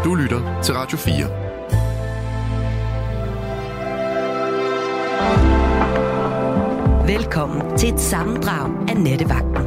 Du lytter til Radio 4. Velkommen til et sammendrag af Nattevagten.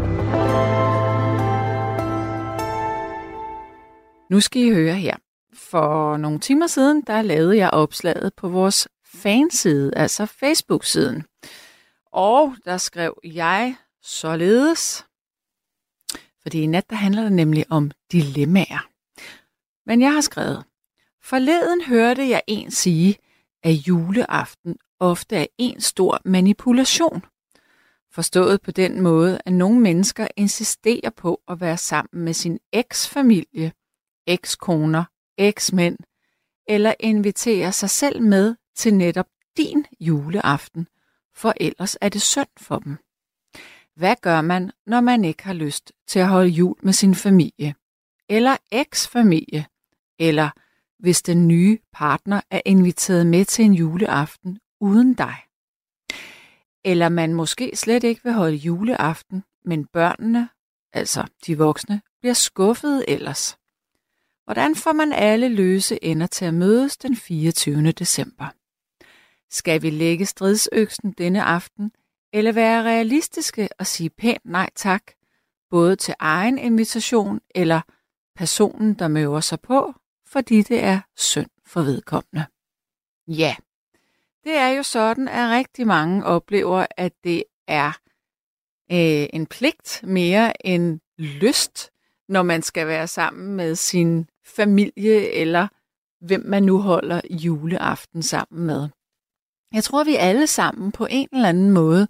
Nu skal I høre her. For nogle timer siden, der lavede jeg opslaget på vores fanside, altså Facebook-siden. Og der skrev jeg således, fordi i nat, der handler det nemlig om dilemmaer. Men jeg har skrevet, forleden hørte jeg en sige, at juleaften ofte er en stor manipulation. Forstået på den måde, at nogle mennesker insisterer på at være sammen med sin eksfamilie, ekskoner, eksmænd, eller inviterer sig selv med til netop din juleaften, for ellers er det synd for dem. Hvad gør man, når man ikke har lyst til at holde jul med sin familie, eller eksfamilie, eller hvis den nye partner er inviteret med til en juleaften uden dig? Eller man måske slet ikke vil holde juleaften, men børnene, altså de voksne, bliver skuffet ellers. Hvordan får man alle løse ender til at mødes den 24. december? Skal vi lægge stridsøksen denne aften, eller være realistiske og sige pænt nej tak, både til egen invitation eller personen, der møver sig på, fordi det er synd for vedkommende? Ja, det er jo sådan, at rigtig mange oplever, at det er en pligt mere end lyst, når man skal være sammen med sin familie, eller hvem man nu holder juleaften sammen med. Jeg tror, vi alle sammen på en eller anden måde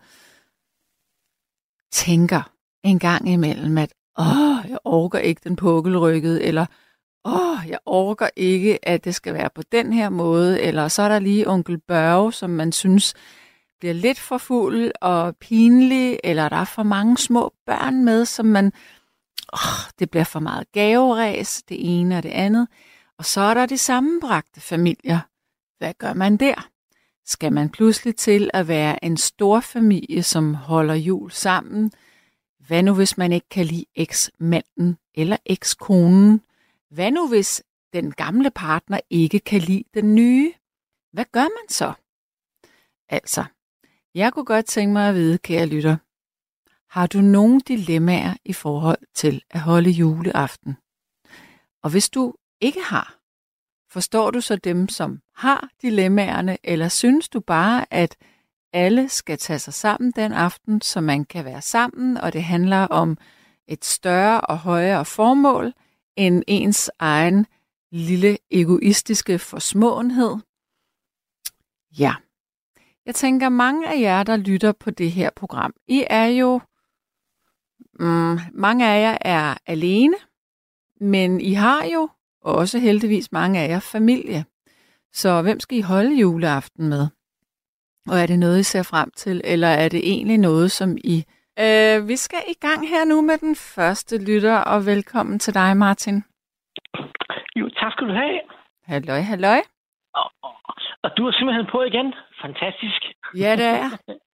tænker en gang imellem, at jeg orker ikke den pukkelrykkede, eller jeg orker ikke, at det skal være på den her måde, eller så er der lige onkel Børge, som man synes bliver lidt for fuld og pinlig, eller der er for mange små børn med, som man det bliver for meget gaveræs, det ene og det andet. Og så er der de sammenbragte familier. Hvad gør man der? Skal man pludselig til at være en stor familie, som holder jul sammen? Hvad nu, hvis man ikke kan lide eksmanden eller ekskonen? Hvad nu, hvis den gamle partner ikke kan lide den nye? Hvad gør man så? Altså, jeg kunne godt tænke mig at vide, kære lytter, har du nogle dilemmaer i forhold til at holde juleaften? Og hvis du ikke har, forstår du så dem, som har dilemmaerne, eller synes du bare, at alle skal tage sig sammen den aften, så man kan være sammen, og det handler om et større og højere formål end ens egen lille egoistiske forsmåenhed? Ja, jeg tænker, mange af jer, der lytter på det her program, I er jo mange af jer er alene, men I har jo også heldigvis mange af jer familie. Så hvem skal I holde juleaften med? Og er det noget, I ser frem til, eller er det egentlig noget, som I... Vi skal i gang her nu med den første lytter, og velkommen til dig, Martin. Jo, tak skal du have. Halløj, halløj. Og du er simpelthen på igen. Fantastisk. Ja, det er.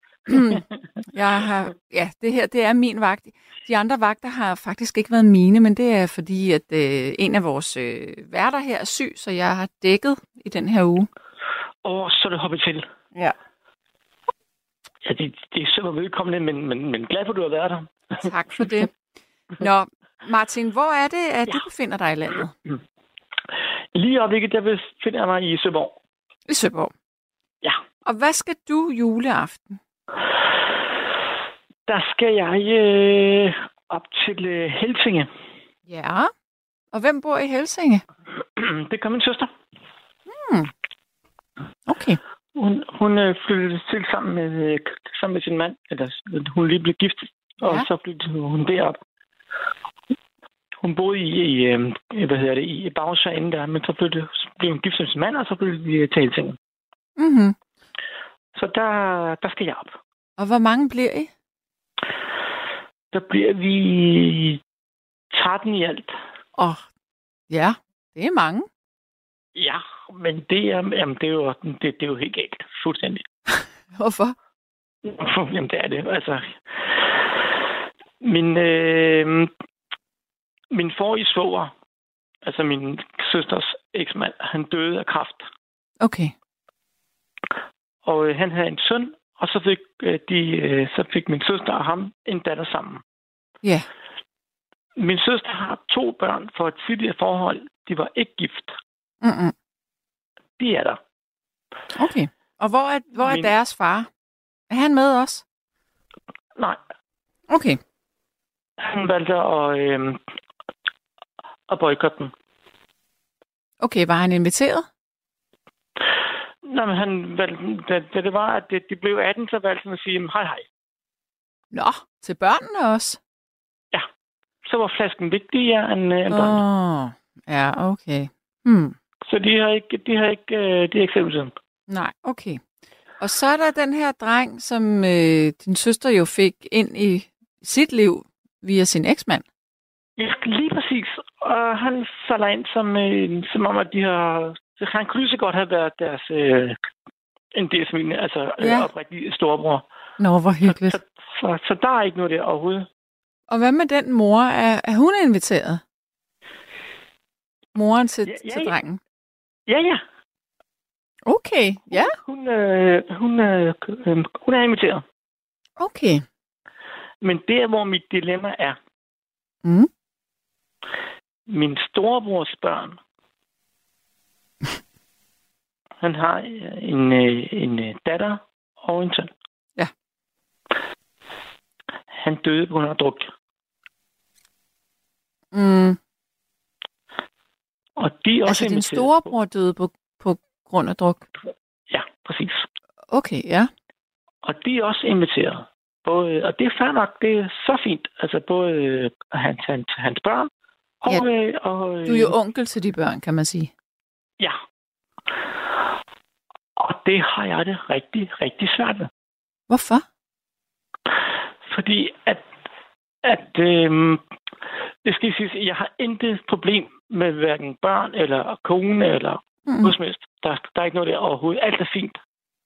Det her, det er min vagt. De andre vagter har faktisk ikke været mine, men det er fordi, at en af vores værter her er syg, så jeg har dækket i den her uge. Så er det hoppet til. Ja. Ja, det er super velkommen, men glad for, at du har været der. Tak for det. Nå, Martin, hvor er det, at du befinder dig i landet? Lige i øjeblikket, der befinder jeg mig i Søborg. I Søborg? Ja. Og hvad skal du juleaften? Der skal jeg op til Helsinge. Ja, og hvem bor i Helsinge? Det gør min søster. Okay. Hun flyttede til sammen med sin mand. Eller hun lige blev gift, og så flyttede hun derop. Hun boede i Bagsvær inden der, men så blev hun gift med sin mand, og så flyttede vi til Helsinge. Mm-hmm. Så der skal jeg op. Og hvor mange bliver I? Der bliver vi 13 i alt. Ja, det er mange. Ja, men det er jo helt galt. Fuldstændig. Hvorfor? Jamen, det er det. Altså, min forrige svoger, altså min søsters eksmand, han døde af kræft. Okay. Og han havde en søn, og så fik min søster og ham en datter sammen. Ja. Min søster har 2 børn fra et tidligere forhold. De var ikke gift. Mm-mm. De er der. Okay. Og hvor er deres far? Er han med os? Nej. Okay. Han valgte at boykotte den. Okay, var han inviteret? Nå, men han valgte, da det var, at de blev 18, så valgte han at sige, hej hej. Nå, til børnene også? Ja. Så var flasken vigtigere end børnene. Ja, okay. Så de har ikke selv sådan. Nej, okay. Og så er der den her dreng, som din søster jo fik ind i sit liv via sin eksmand. Ja, lige præcis. Og han falder ind som om, at de har... Så han kunne lige så godt have været deres... en del af familien, altså oprigtig storebror. Nå, hvor hyggeligt. Så der er ikke noget der overhovedet. Og hvad med den mor? Er hun inviteret? Moren til drengen? Ja. Okay, ja. Hun er inviteret. Okay. Men der, hvor mit dilemma er, min storebrors børn, han har en datter og en søn. Ja. Han døde på grund af druk. Og de er også altså din storebror døde på grund af druk? Ja, præcis. Okay, ja. Og de er også inviteret. Og det er fair nok, det er så fint. Altså både hans børn og... du er jo onkel til de børn, kan man sige. Ja. Og det har jeg det rigtig, rigtig svært med. Hvorfor? Fordi det skal sige, at jeg har intet problem med hverken børn eller kone eller noget som helst. Der er ikke noget der overhovedet. Alt er fint.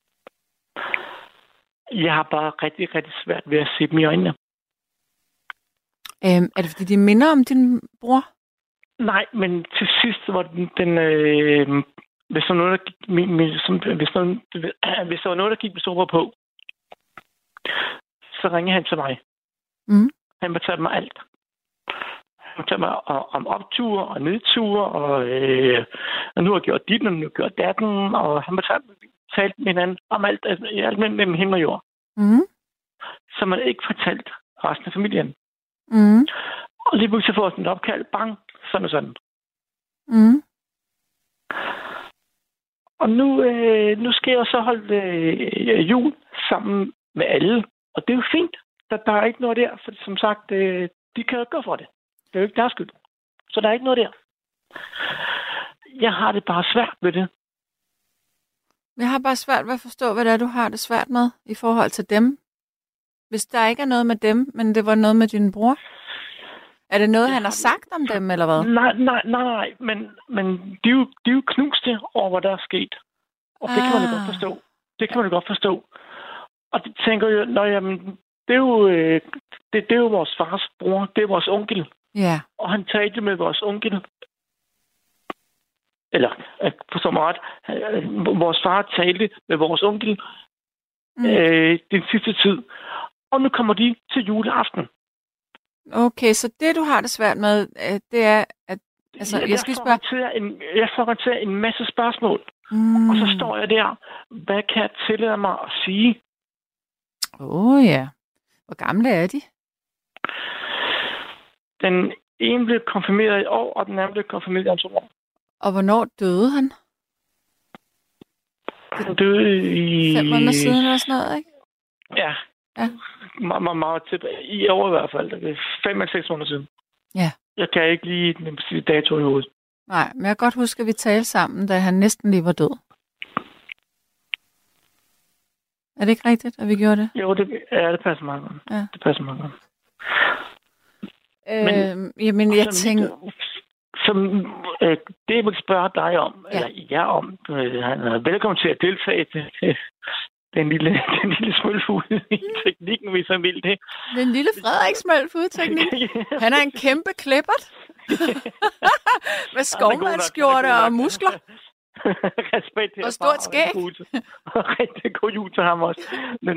Jeg har bare rigtig, rigtig svært ved at se dem i øjnene. Er det fordi, de minder om din bror? Nej, men til sidst var hvis der var noget, der gik med storebror på, så ringede han til mig. Han fortalte mig alt. Han fortalte mig om opture og nedture, og nu har jeg gjort dit, og nu har jeg gjort datten, og han talte med hinanden om alt mellem himmel og jord. Så man ikke fortalt resten af familien. Og lige pludselig får jeg sådan et opkald, bang, sådan og sådan. Og nu skal jeg så holde jul sammen med alle, og det er jo fint. Der er ikke noget der, for som sagt, de kan jo ikke gå for det. Det er jo ikke deres skyld. Så der er ikke noget der. Jeg har det bare svært med det. Jeg har bare svært ved at forstå, hvad det er, du har det svært med i forhold til dem. Hvis der ikke er noget med dem, men det var noget med din bror. Er det noget, han har sagt om dem, eller hvad? Nej, men de er jo knuste over, hvad der er sket. Og det kan man jo godt forstå. Det kan man jo godt forstå. Og det tænker jeg, det er jo vores fars bror, det er vores onkel. Ja. Og han talte med vores onkel. Eller, forstår mig ret, vores far talte med vores onkel den sidste tid. Og nu kommer de til juleaften. Okay, så det, du har det svært med, det er, at... Altså, jeg får orienteret en masse spørgsmål. Og så står jeg der. Hvad kan jeg tillade mig at sige? Ja. Hvor gamle er de? Den ene blev konfirmeret i år, og den anden blev konfirmeret om 2 år. Og hvornår døde han? Han døde i... 5 måneder siden eller sådan noget, ikke? Ja. Meget tilbage. I år i hvert fald. Det er 5 eller 6 måneder siden. Ja. Jeg kan ikke lige den præcise dato i hovedet. Nej, men jeg kan godt huske, at vi talte sammen, da han næsten lige var død. Er det ikke rigtigt, at vi gjorde det? Jo, det passer meget godt. Ja. Det passer meget godt. Jamen, jeg tænker... Det jeg vil spørge dig om, eller jer om, han er velkommen til at deltage til den lille smølfugl i teknikken, hvis han vil det. Den lille Frederik smølfugl-teknik. Han er en kæmpe klippert. med skovmandsskjorte og muskler. Respekt til og stort skæg. Rigtig god jul til ham også.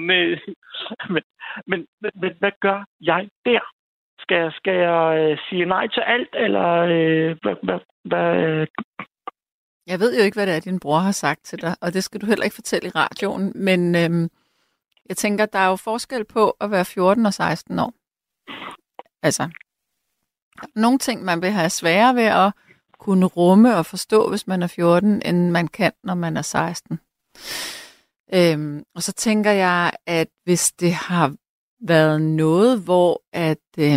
Men hvad gør jeg der? Skal jeg sige nej til alt, eller hvad? Jeg ved jo ikke, hvad det er, din bror har sagt til dig, og det skal du heller ikke fortælle i radioen, men jeg tænker, der er jo forskel på at være 14 og 16 år. Altså, der er nogle ting, man vil have sværere ved at kunne rumme og forstå, hvis man er 14, end man kan, når man er 16. Og så tænker jeg, at hvis det har været noget, hvor at...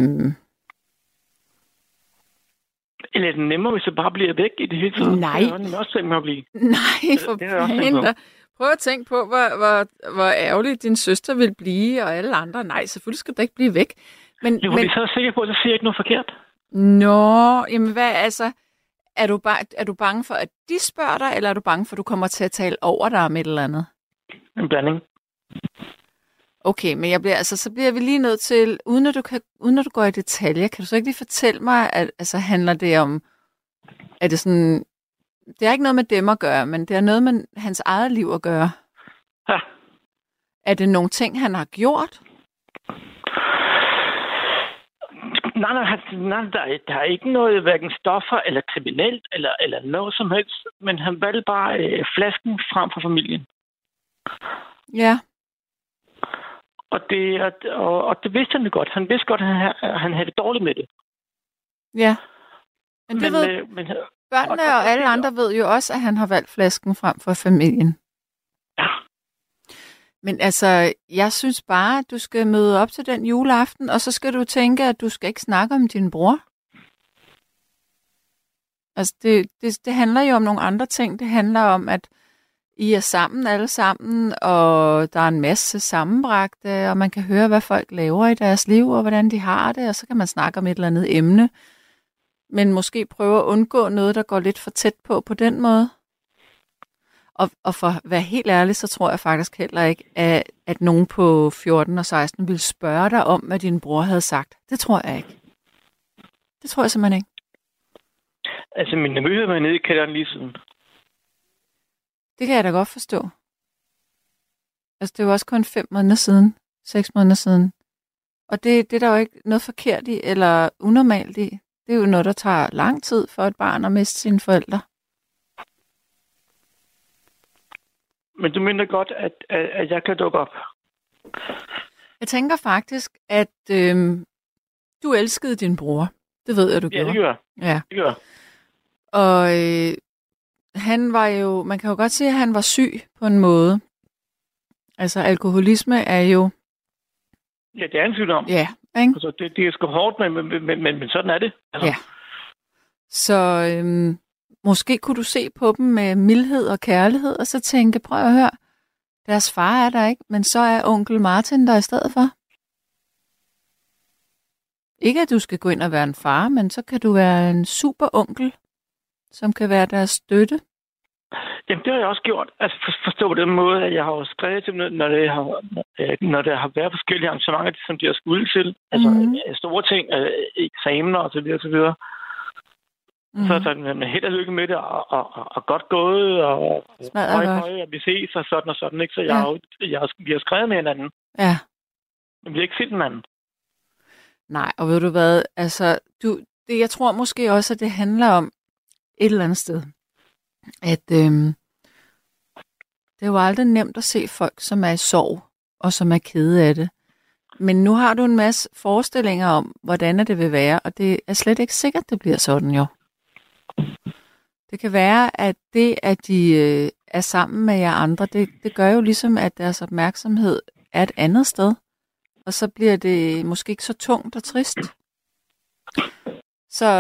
Eller er det nemmere, hvis jeg bare bliver væk i det hele taget? Nej. Det har jeg også tænkt mig at blive. Nej, for fanden. Prøv at tænke på, hvor ærgerligt din søster vil blive, og alle andre. Nej, selvfølgelig skal du ikke blive væk. Men så er sikker på, at jeg siger ikke noget forkert. Nå, jamen hvad, altså... Er du bange for, at de spørger dig, eller er du bange for, at du kommer til at tale over dig om et eller andet? En blanding. Okay, men så bliver vi lige nødt til, uden at du går i detaljer, kan du så ikke lige fortælle mig, at altså, handler det om, er det sådan, det er ikke noget med dem at gøre, men det er noget med hans eget liv at gøre. Ja. Er det nogle ting, han har gjort? Nej, der er ikke noget, hverken stoffer eller kriminelt, eller noget som helst, men han valgte bare flasken frem for familien. Ja. Og det vidste han godt. Han vidste godt, at han havde det dårligt med det. Ja. Men børnene og alle andre ved jo også, at han har valgt flasken frem for familien. Ja. Men altså, jeg synes bare, at du skal møde op til den juleaften, og så skal du tænke, at du skal ikke snakke om din bror. Altså, det handler jo om nogle andre ting. Det handler om, at I er sammen alle sammen, og der er en masse sammenbragte, og man kan høre, hvad folk laver i deres liv, og hvordan de har det, og så kan man snakke om et eller andet emne. Men måske prøve at undgå noget, der går lidt for tæt på den måde. Og for at være helt ærlig, så tror jeg faktisk heller ikke, at nogen på 14 og 16 ville spørge dig om, hvad din bror havde sagt. Det tror jeg ikke. Det tror jeg simpelthen ikke. Altså, min nevø har været nede i kælderen lige siden. Det kan jeg da godt forstå. Altså, det var også kun 5 måneder siden. 6 måneder siden. Og det er der jo ikke noget forkert i, eller unormalt i. Det er jo noget, der tager lang tid for et barn at miste sine forældre. Men du mener godt, at jeg kan dukke op? Jeg tænker faktisk, at du elskede din bror. Det ved jeg, du gjorde. Ja, det gør jeg. Ja. Det gør jeg. Og han var jo, man kan jo godt sige, at han var syg på en måde. Altså, alkoholisme er jo... Ja, det er en sygdom. Ja, ikke? Altså, det er sgu hårdt, men sådan er det. Altså. Ja. Så måske kunne du se på dem med mildhed og kærlighed, og så tænke, prøv at høre, deres far er der ikke, men så er onkel Martin der i stedet for. Ikke at du skal gå ind og være en far, men så kan du være en super onkel, som kan være deres støtte. Jamen, det har jeg også gjort. Altså, forstå på den måde, at jeg har jo skrevet til dem, når der har været forskellige arrangementer, som de har skulle til. Altså, store ting, eksamener og så videre, og så videre. Så er der held og lykke med det, og godt gået, og høj, og vi ses, og sådan, ikke? Så vi har skrevet med hinanden. Ja. Men vi har ikke set hinanden. Nej, og ved du hvad, altså, jeg tror måske også, at det handler om et eller andet sted, at det er jo aldrig nemt at se folk, som er i sorg, og som er kede af det. Men nu har du en masse forestillinger om, hvordan det vil være, og det er slet ikke sikkert, det bliver sådan jo. Det kan være, at det, at de er sammen med jer andre, det gør jo ligesom, at deres opmærksomhed er et andet sted. Og så bliver det måske ikke så tungt og trist. Så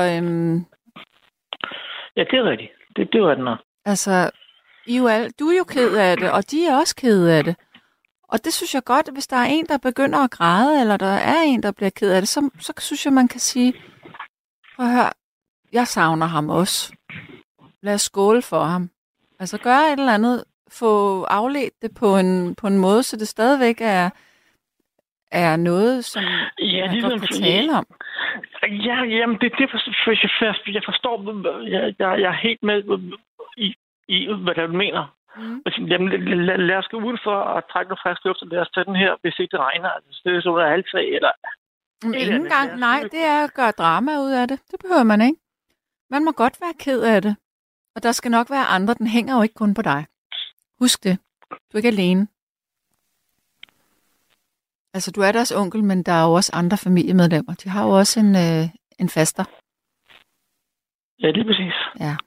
ja, det er rigtigt. Det var den. Altså, du er jo ked af det, og de er også ked af det. Og det synes jeg godt, at hvis der er en, der begynder at græde, eller der er en, der bliver ked af det, så synes jeg, man kan sige, prøv at høre, jeg savner ham også. Lad os skåle for ham. Altså gøre et eller andet, få afledt det på en måde, så det stadigvæk er noget, som Ja, man godt kan tale om. Ja, jamen, jeg forstår, jeg er helt med i hvad du mener. Jamen, lad os gå udenfor og trække noget frisk luft, og lad os tage den her, hvis ikke det regner. Altså, det er så under halv 3, eller... Ikke engang, nej, det er at gøre drama ud af det. Det behøver man ikke. Man må godt være ked af det. Og der skal nok være andre. Den hænger jo ikke kun på dig. Husk det. Du er ikke alene. Altså, du er deres onkel, men der er jo også andre familiemedlemmer. De har jo også en faster. Ja, det er præcis. Ja.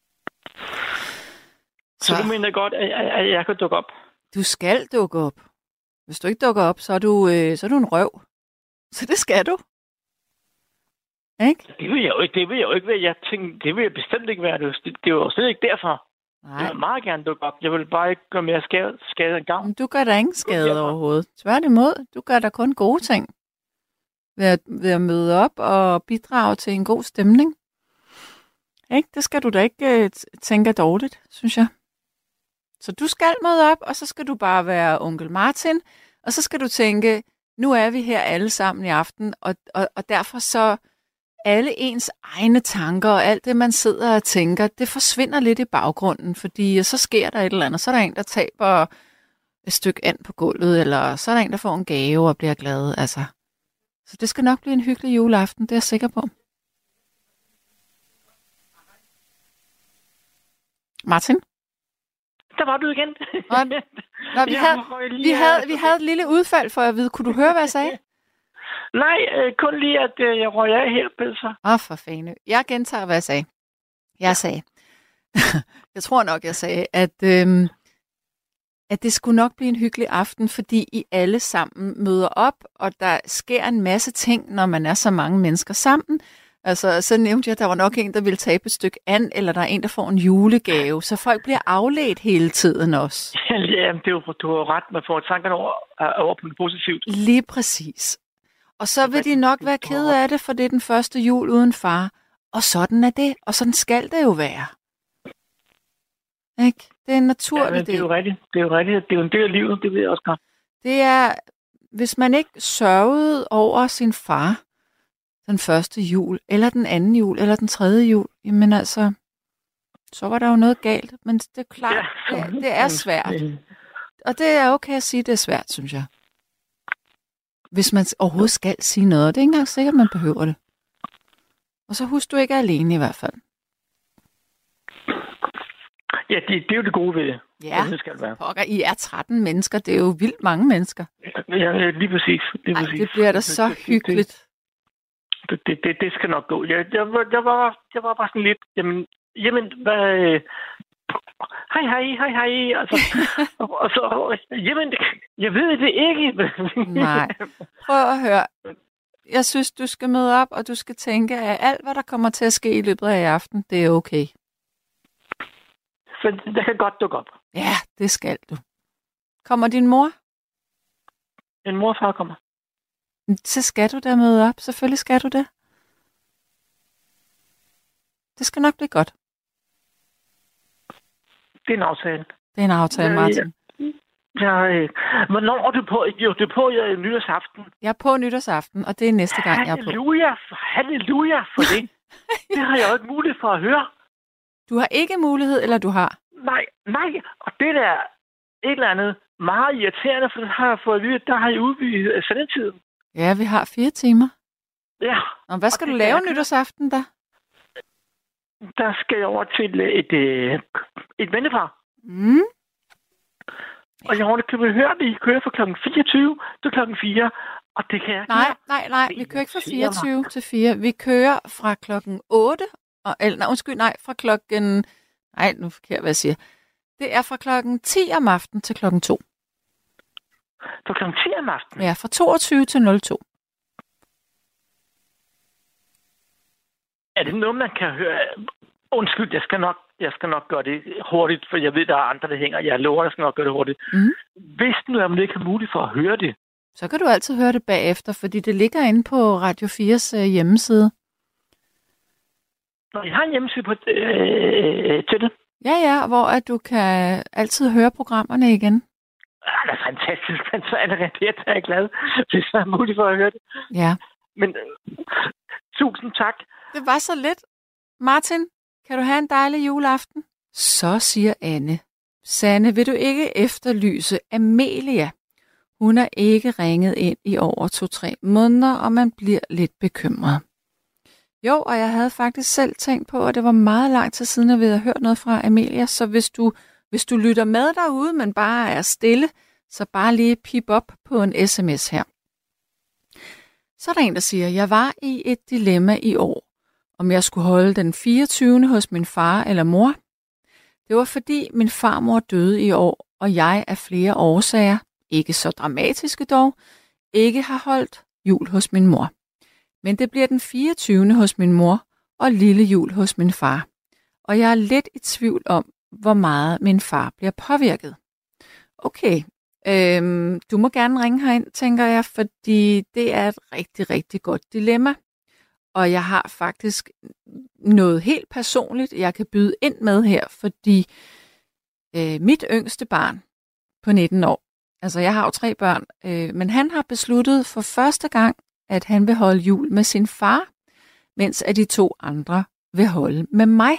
Så du mener godt, at jeg kan dukke op? Du skal dukke op. Hvis du ikke dukker op, så er du en røv. Så det skal du. Ikke? Det vil jeg jo ikke være. Jeg tænkte, det vil jeg bestemt ikke være. Det er jo slet ikke derfor. Nej. Jeg vil meget gerne dukke op. Jeg vil bare ikke gøre mere skade end gavn. Du gør der ingen skade overhovedet. Tværtimod, du gør der kun gode ting. Ved at møde op og bidrage til en god stemning. Ikke? Det skal du da ikke tænke dårligt, synes jeg. Så du skal møde op, og så skal du bare være onkel Martin, og så skal du tænke, nu er vi her alle sammen i aften, og derfor så alle ens egne tanker og alt det, man sidder og tænker, det forsvinder lidt i baggrunden, fordi så sker der et eller andet. Så er der en, der taber et stykke and på gulvet, eller så er der en, der får en gave og bliver glad. Altså. Så det skal nok blive en hyggelig juleaften, det er jeg sikker på. Martin? Der var du igen. Nå, vi havde et lille udfald for at vide. Kunne du høre, hvad jeg sagde? Nej, kun lige, at jeg røg af her, Pelser. For fanden. Jeg gentager, hvad jeg sagde. Jeg sagde. Jeg tror nok, jeg sagde, at det skulle nok blive en hyggelig aften, fordi I alle sammen møder op, og der sker en masse ting, når man er så mange mennesker sammen. Altså, så nævnte jeg, at der var nok en, der ville tabe et stykke and, eller der er en, der får en julegave, så folk bliver afledt hele tiden også. Ja, du har ret, man får tankerne over på det positivt. Lige præcis. Og så vil de nok være kede af det, for det er den første jul uden far. Og sådan er det, og sådan skal det jo være. Ikke? Det er en naturlig del. Det er jo rigtigt. Det er jo en del af livet, det ved jeg også godt. Det er, hvis man ikke sørgede over sin far den første jul, eller den anden jul, eller den tredje jul, jamen altså, så var der jo noget galt. Men det er klart, det er svært. Og det er okay at sige, det er svært, synes jeg. Hvis man overhovedet skal sige noget. Det er ikke engang sikkert, man behøver det. Og så husk, du ikke er alene i hvert fald. Ja, det er jo det gode ved det. Ja, det skal det være. Pokker, I er 13 mennesker. Det er jo vildt mange mennesker. Ja, lige præcis. Det bliver da så hyggeligt. Det skal nok gå. Jeg var bare sådan lidt, jamen hvad... Hej. Altså, og så, jamen, jeg ved det ikke. Nej, prøv at høre. Jeg synes, du skal møde op, og du skal tænke, at alt, hvad der kommer til at ske i løbet af aften, det er okay. Så det kan godt dukke op. Ja, det skal du. Kommer din mor? Min mor og far kommer. Så skal du da møde op. Selvfølgelig skal du det. Det skal nok blive godt. Det er en aftale. Det er en aftale, Martin. Hvornår er du på? Jo, du er på nytårsaften. Jeg er på nytårsaften, og det er næste gang, jeg er på. Halleluja for det. Det har jeg jo ikke mulighed for at høre. Du har ikke mulighed, eller du har? Nej. Og det der et eller andet meget irriterende, for det har jeg fået at vide, der har jeg udvidet sendetiden. Ja, vi har 4 timer. Ja. Og hvad skal du lave nytårsaften, da? Der skal jeg over til et vennepar. Mm. Og jeg har købt høre, at I kører fra klokken 24 til klokken 4. Og det kan jeg ikke. Nej. Vi kører ikke fra 24 til 4. Vi kører fra klokken 8. Fra klokken... Nej, nu forkert, hvad jeg siger. Det er fra klokken 10 om aftenen til klokken 2. Fra klokken 10 om aftenen? Ja, fra 22 til 02. Er det noget, man kan høre? Undskyld, jeg skal nok gøre det hurtigt, for jeg ved, der er andre, der hænger. Jeg lover, jeg skal nok gøre det hurtigt. Mm. Hvis nu er man ikke har mulighed for at høre det. Så kan du altid høre det bagefter, fordi det ligger inde på Radio 4's hjemmeside. Når jeg har en hjemmeside til det? Ja, hvor at du kan altid høre programmerne igen. Det er fantastisk, men så er jeg glad, hvis der er muligt for at høre det. Ja. Men tusind tak. Det var så lidt. Martin, kan du have en dejlig juleaften? Så siger Anne. Sanne, vil du ikke efterlyse Amelia? Hun er ikke ringet ind i over 2-3 måneder, og man bliver lidt bekymret. Jo, og jeg havde faktisk selv tænkt på, at det var meget lang tid siden, at vi havde hørt noget fra Amelia, så hvis du lytter med derude, men bare er stille, så bare lige pip op på en sms her. Så er der en, der siger, jeg var i et dilemma i år, om jeg skulle holde den 24. hos min far eller mor. Det var fordi min farmor døde i år, og jeg af flere årsager, ikke så dramatiske dog, ikke har holdt jul hos min mor. Men det bliver den 24. hos min mor og lille jul hos min far. Og jeg er lidt i tvivl om, hvor meget min far bliver påvirket. Okay, du må gerne ringe herind, tænker jeg, fordi det er et rigtig, rigtig godt dilemma. Og jeg har faktisk noget helt personligt, jeg kan byde ind med her, fordi mit yngste barn på 19 år, altså jeg har jo 3 børn, men han har besluttet for første gang, at han vil holde jul med sin far, mens at de 2 andre vil holde med mig.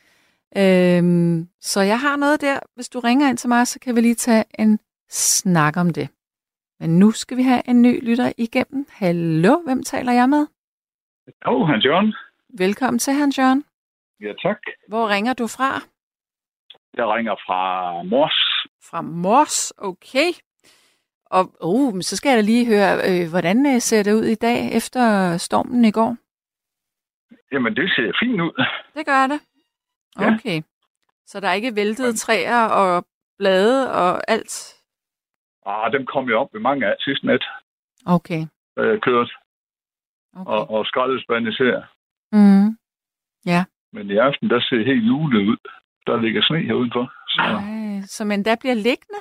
Så jeg har noget der. Hvis du ringer ind til mig, så kan vi lige tage en snak om det. Men nu skal vi have en ny lytter igennem. Hallo, hvem taler jeg med? Hallo, Hans Jørgen. Velkommen til, Hans Jørgen. Ja, tak. Hvor ringer du fra? Jeg ringer fra Mors. Fra Mors, okay. Og så skal jeg da lige høre, hvordan ser det ud i dag efter stormen i går? Jamen, det ser fint ud. Det gør det? Okay. Ja. Så der er ikke væltede træer og blade og alt? Dem kom jeg op med mange af sidste nat. Okay. Kørt. Okay. Og skraldespande især. Mm. Ja. Men i aften, der ser helt julet ud. Der ligger sne her udenfor. Så men der bliver liggende?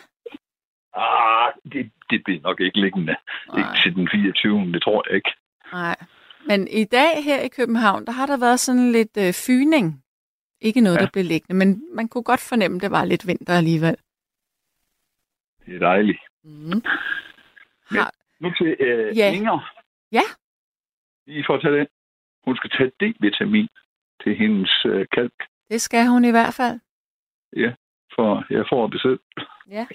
Det bliver nok ikke liggende. Ikke til den 24. Det tror jeg ikke. Nej. Men i dag her i København, der har der været sådan lidt fyning. Ikke noget, der blev liggende, men man kunne godt fornemme, at det var lidt vinter alligevel. Det er dejligt. Mm. Nu til Inger. Ja. Lige for at tage det. Hun skal tage D-vitamin til hendes kalk. Det skal hun i hvert fald. Ja, for jeg får det selv. Ja.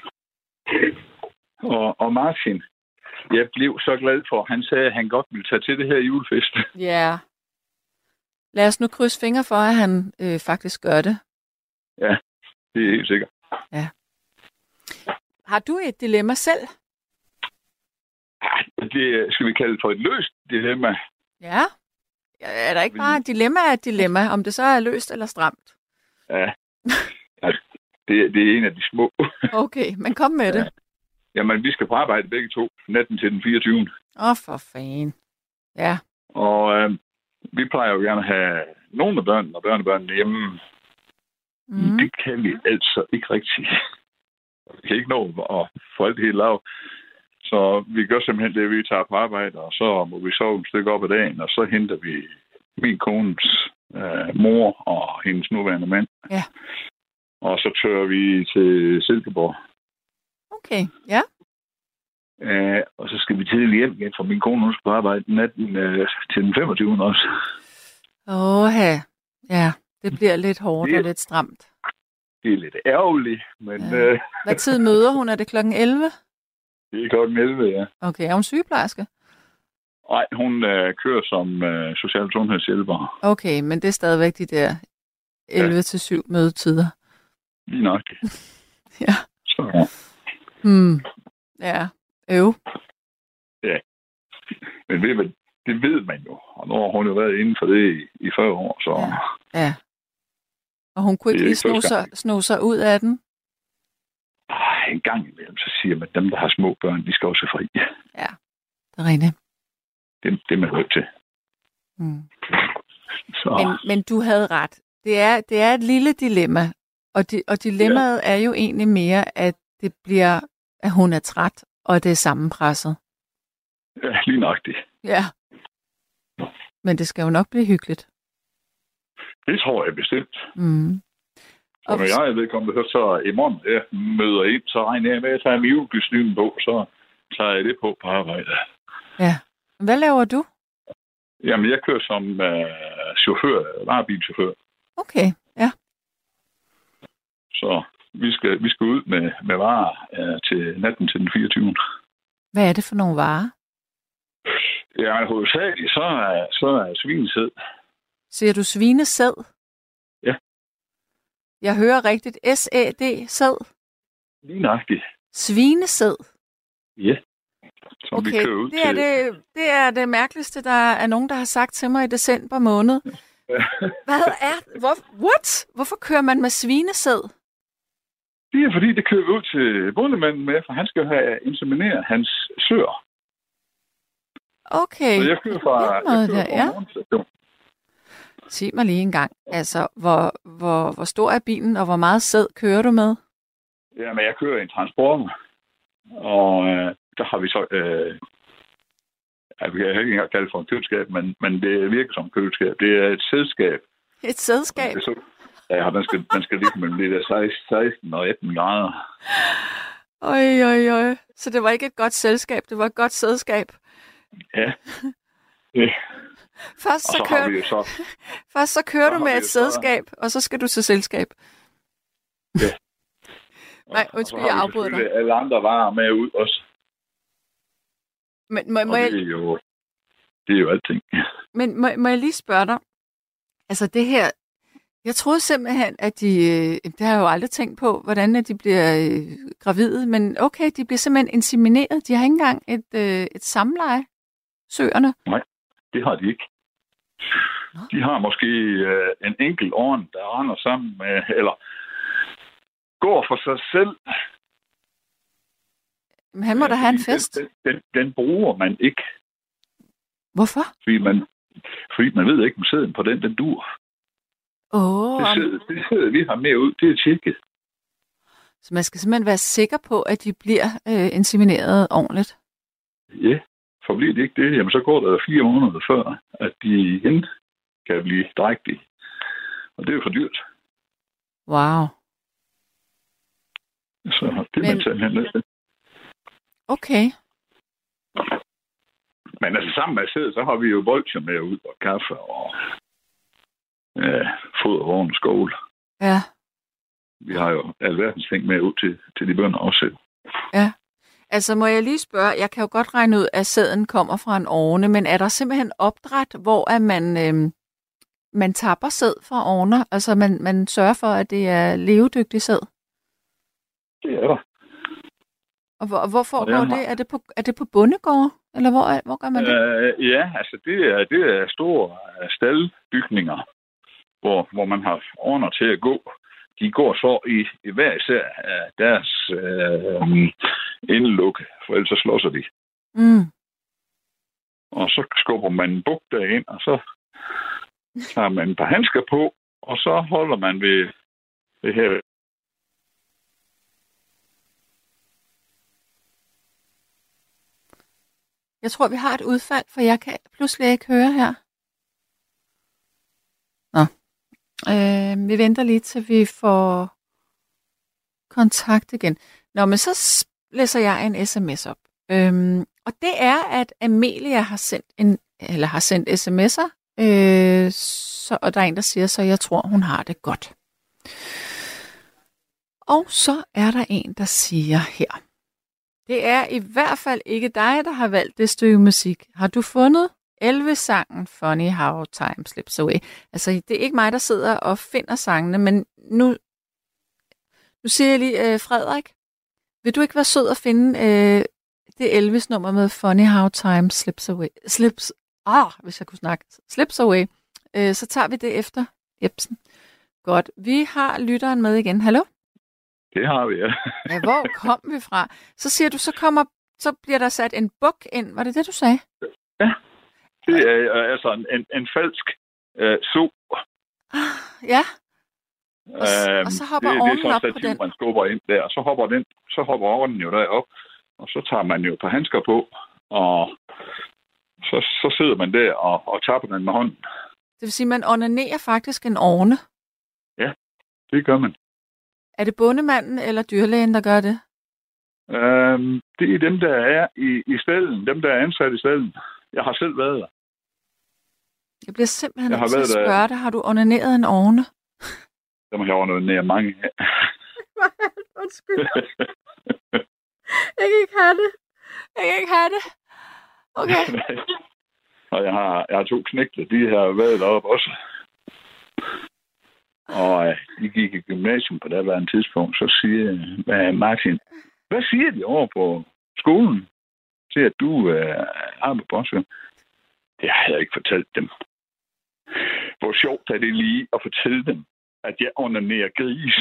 Og Martin, jeg blev så glad for, han sagde, at han godt ville tage til det her julefest. Ja. Lad os nu krydse fingre for, at han faktisk gør det. Ja, det er helt sikkert. Ja. Har du et dilemma selv? Det skal vi kalde for et løst dilemma. Ja. Er der ikke bare et dilemma af et dilemma, om det så er løst eller stramt? Ja. Det er en af de små. Okay, men kom med det. Jamen, vi skal på arbejde begge to, natten til den 24. For fanden. Ja. Og vi plejer jo gerne at have nogle af børnene og børnebørnene hjemme. Mm. Det kan vi altså ikke rigtigt. Vi kan ikke nå at få alt helt lav. Så vi gør simpelthen det, at vi tager på arbejde, og så må vi sove et stykke op ad dagen, og så henter vi min kones mor og hendes nuværende mand. Ja. Og så tører vi til Silkeborg. Okay, ja. Og så skal vi tidligt hjem igen, for min kone skal på arbejde natten til den 25. også. Ja. Det bliver lidt hårdt og lidt stramt. Det er lidt ærgerligt, men... Ja. Hvad tid møder hun? Er det klokken 11? Det er klokken 11, ja. Okay, er hun sygeplejerske? Nej, hun kører som social- sundhedshjælper. Okay, men det er stadigvæk de der 11-7 mødetider. Lige nok. Ja. Så. Ja, Ja. Men det ved man jo. Og nu har hun jo været inden for det i 40 år, så... Ja. Og hun kunne ikke lige sno sig ud af den? En gang imellem, så siger man, at dem, der har små børn, de skal også fri. Ja, det er rigtigt. Det er man nødt til. Mm. Men du havde ret. Det er et lille dilemma. Og dilemmaet er jo egentlig mere, at det bliver, at hun er træt, og det er sammenpresset. Ja, lige nok det. Ja. Men det skal jo nok blive hyggeligt. Det tror jeg bestemt. Mm. Og når jeg er vedkommende, så i morgen jeg møder ind, så regner jeg med at tage miljøgysningen på, så tager jeg det på arbejde. Ja. Hvad laver du? Jamen, jeg kører som chauffør, varebilchauffør. Okay, ja. Så vi skal ud med varer til natten til den 24. Hvad er det for nogle varer? Ja, hovedsageligt, så er svinesæd. Siger du svinesæd? Ja. Jeg hører rigtigt. S-A-D, sæd? Lige nøjagtigt. Svinesæd? Ja. Som okay, vi kører ud det er det mærkeligste, der er nogen, der har sagt til mig i december måned. What? Hvorfor kører man med svinesæd? Det er fordi, det kører vi ud til bondemanden med, for han skal have insemineret hans søer. Okay. Så jeg kører fra morgenstation. Sig mig lige en gang. Altså, hvor stor er bilen, og hvor meget sæd kører du med? Jamen, jeg kører en transporter. Og der har vi så... jeg kan ikke engang kalde det for en køleskab, men det virker som et køleskab. Det er et sædskab. Et sædskab? Ja, den skal ligge mellem det der 16 og 18 grader. Oj. Så det var ikke et godt selskab, det var et godt sædskab. Ja. Først så kører du med et sædskab, og så skal du til selskab. Ja. Nej, undskyld, jeg afbryder dig. Alle andre varer med ud også. Men det er jo alting. Men må jeg lige spørge dig? Altså det her, jeg troede simpelthen, at det har jeg jo aldrig tænkt på, hvordan de bliver gravide, men okay, de bliver simpelthen insemineret. De har ikke engang et samleje, søerne. Nej, det har de ikke. Nå. De har måske en enkelt orn, der render sammen med, eller går for sig selv. Men han må da have en fest. Den bruger man ikke. Hvorfor? Fordi man ved ikke, om sæden på den dur. Det sæd, vi har med ud, det er tjekket. Så man skal simpelthen være sikker på, at de bliver insemineret ordentligt? Ja, for bliver det ikke det, jamen så går der 4 måneder før, at de igen kan blive drægtige. Og det er jo for dyrt. Wow. Så det er man simpelthen nødt til. Okay. Men altså sammen med sæd, så har vi jo bolcher med ud og kaffe og fodervogn og skål. Ja. Vi har jo alverdens ting med ud til de bønder også. Ja. Altså må jeg lige spørge, jeg kan jo godt regne ud, at sæden kommer fra en orne, men er der simpelthen opdræt, hvor at man tapper sæd fra orner? Altså man sørger for, at det er levedygtig sæd? Det er der. Og hvor foregår det? Er det på bondegård? Eller hvor gør man det? Ja, altså det er store staldbygninger, hvor man har orner til at gå. De går så i hver især af deres indelukke, for ellers så slåser de. Mm. Og så skubber man en buk derind, og så tager man et par handsker på, og så holder man ved det her. Jeg tror, vi har et udfald, for jeg kan pludselig ikke høre her. Nå. Vi venter lige, til vi får kontakt igen. Nå, men så læser jeg en sms op. Og det er, at Amelia har sendt sms'er, og der er en, der siger, så jeg tror, hun har det godt. Og så er der en, der siger her. Det er i hvert fald ikke dig, der har valgt det stykke musik. Har du fundet Elvis-sangen Funny How Time Slips Away? Altså, det er ikke mig, der sidder og finder sangene, men nu siger jeg lige, Frederik, vil du ikke være sød at finde det Elvis-nummer med Funny How Time Slips Away? Hvis jeg kunne snakke. Slips Away. Så tager vi det efter Jebsen. Godt. Vi har lytteren med igen. Hallo? Det har vi, ja. Ja, hvor kom vi fra? Så siger du, så bliver der sat en buk ind. Var det det, du sagde? Ja. Det er altså en falsk so. Ja. Og så hopper ovnen op på den. Man skubber ind der, og så hopper ovnen jo derop, og så tager man jo et par handsker på, og så sidder man der og tapper den med hånden. Det vil sige, at man onanerer faktisk en ovne? Ja, det gør man. Er det bondemanden eller dyrlægen, der gør det? Det er dem, der er i stalden. Dem, der er ansat i stalden. Jeg har selv været der. Jeg bliver simpelthen nødt til at spørge dig. Har du onaneret en ovne? Der må jeg onanere mange af. Undskyld. Jeg kan ikke have det. Okay. Og jeg har 2 knægte. De har været deroppe også. Og de gik i gymnasium på det en tidspunkt. Så siger Martin, hvad siger de over på skolen til, at du er på Bosø? Det har jeg ikke fortalt dem. Hvor sjovt er det lige at fortælle dem, at jeg onanerer gris.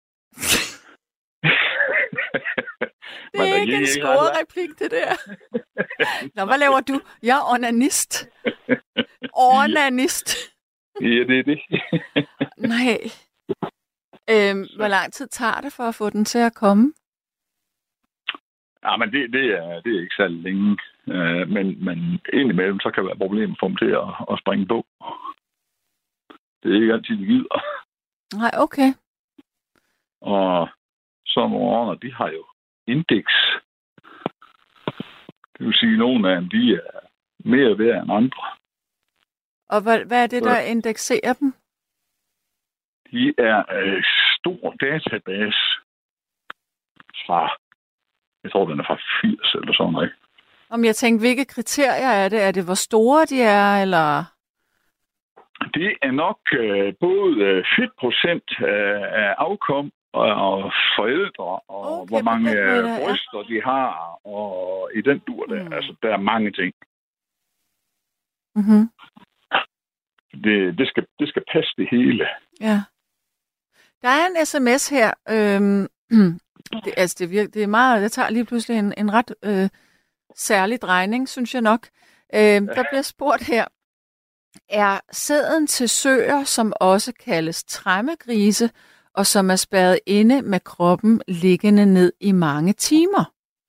Det er ikke en scorereplik, det der. Nå, hvad laver du? Jeg er onanist. Onanist. Ja, det er det. Nej. Hvor lang tid tager det for at få den til at komme? Ja, men det er ikke særlig længe. Men indimellem, så kan det være problemer for dem til at springe på. Det er ikke altid, de gider. Nej, okay. Og så nogle årene, de har jo indeks. Det vil sige, at nogle af dem, de er mere værd end andre. Og hvad er det, der indekserer dem? De er en stor database fra, jeg tror, den er fra 80 eller sådan noget. Om jeg tænkte, hvilke kriterier er det? Er det, hvor store de er, eller? Det er nok både fedtprocent af afkom og forældre, og okay, hvor mange bryster de har, og i den dur der. Altså, der er mange ting. Mm-hmm. Det skal passe det hele. Ja. Der er en sms her. Det er meget, det tager lige pludselig en ret særlig drejning, synes jeg nok. Der bliver spurgt her, er sæden til søer, som også kaldes træmmegrise, og som er spærret inde med kroppen liggende ned i mange timer?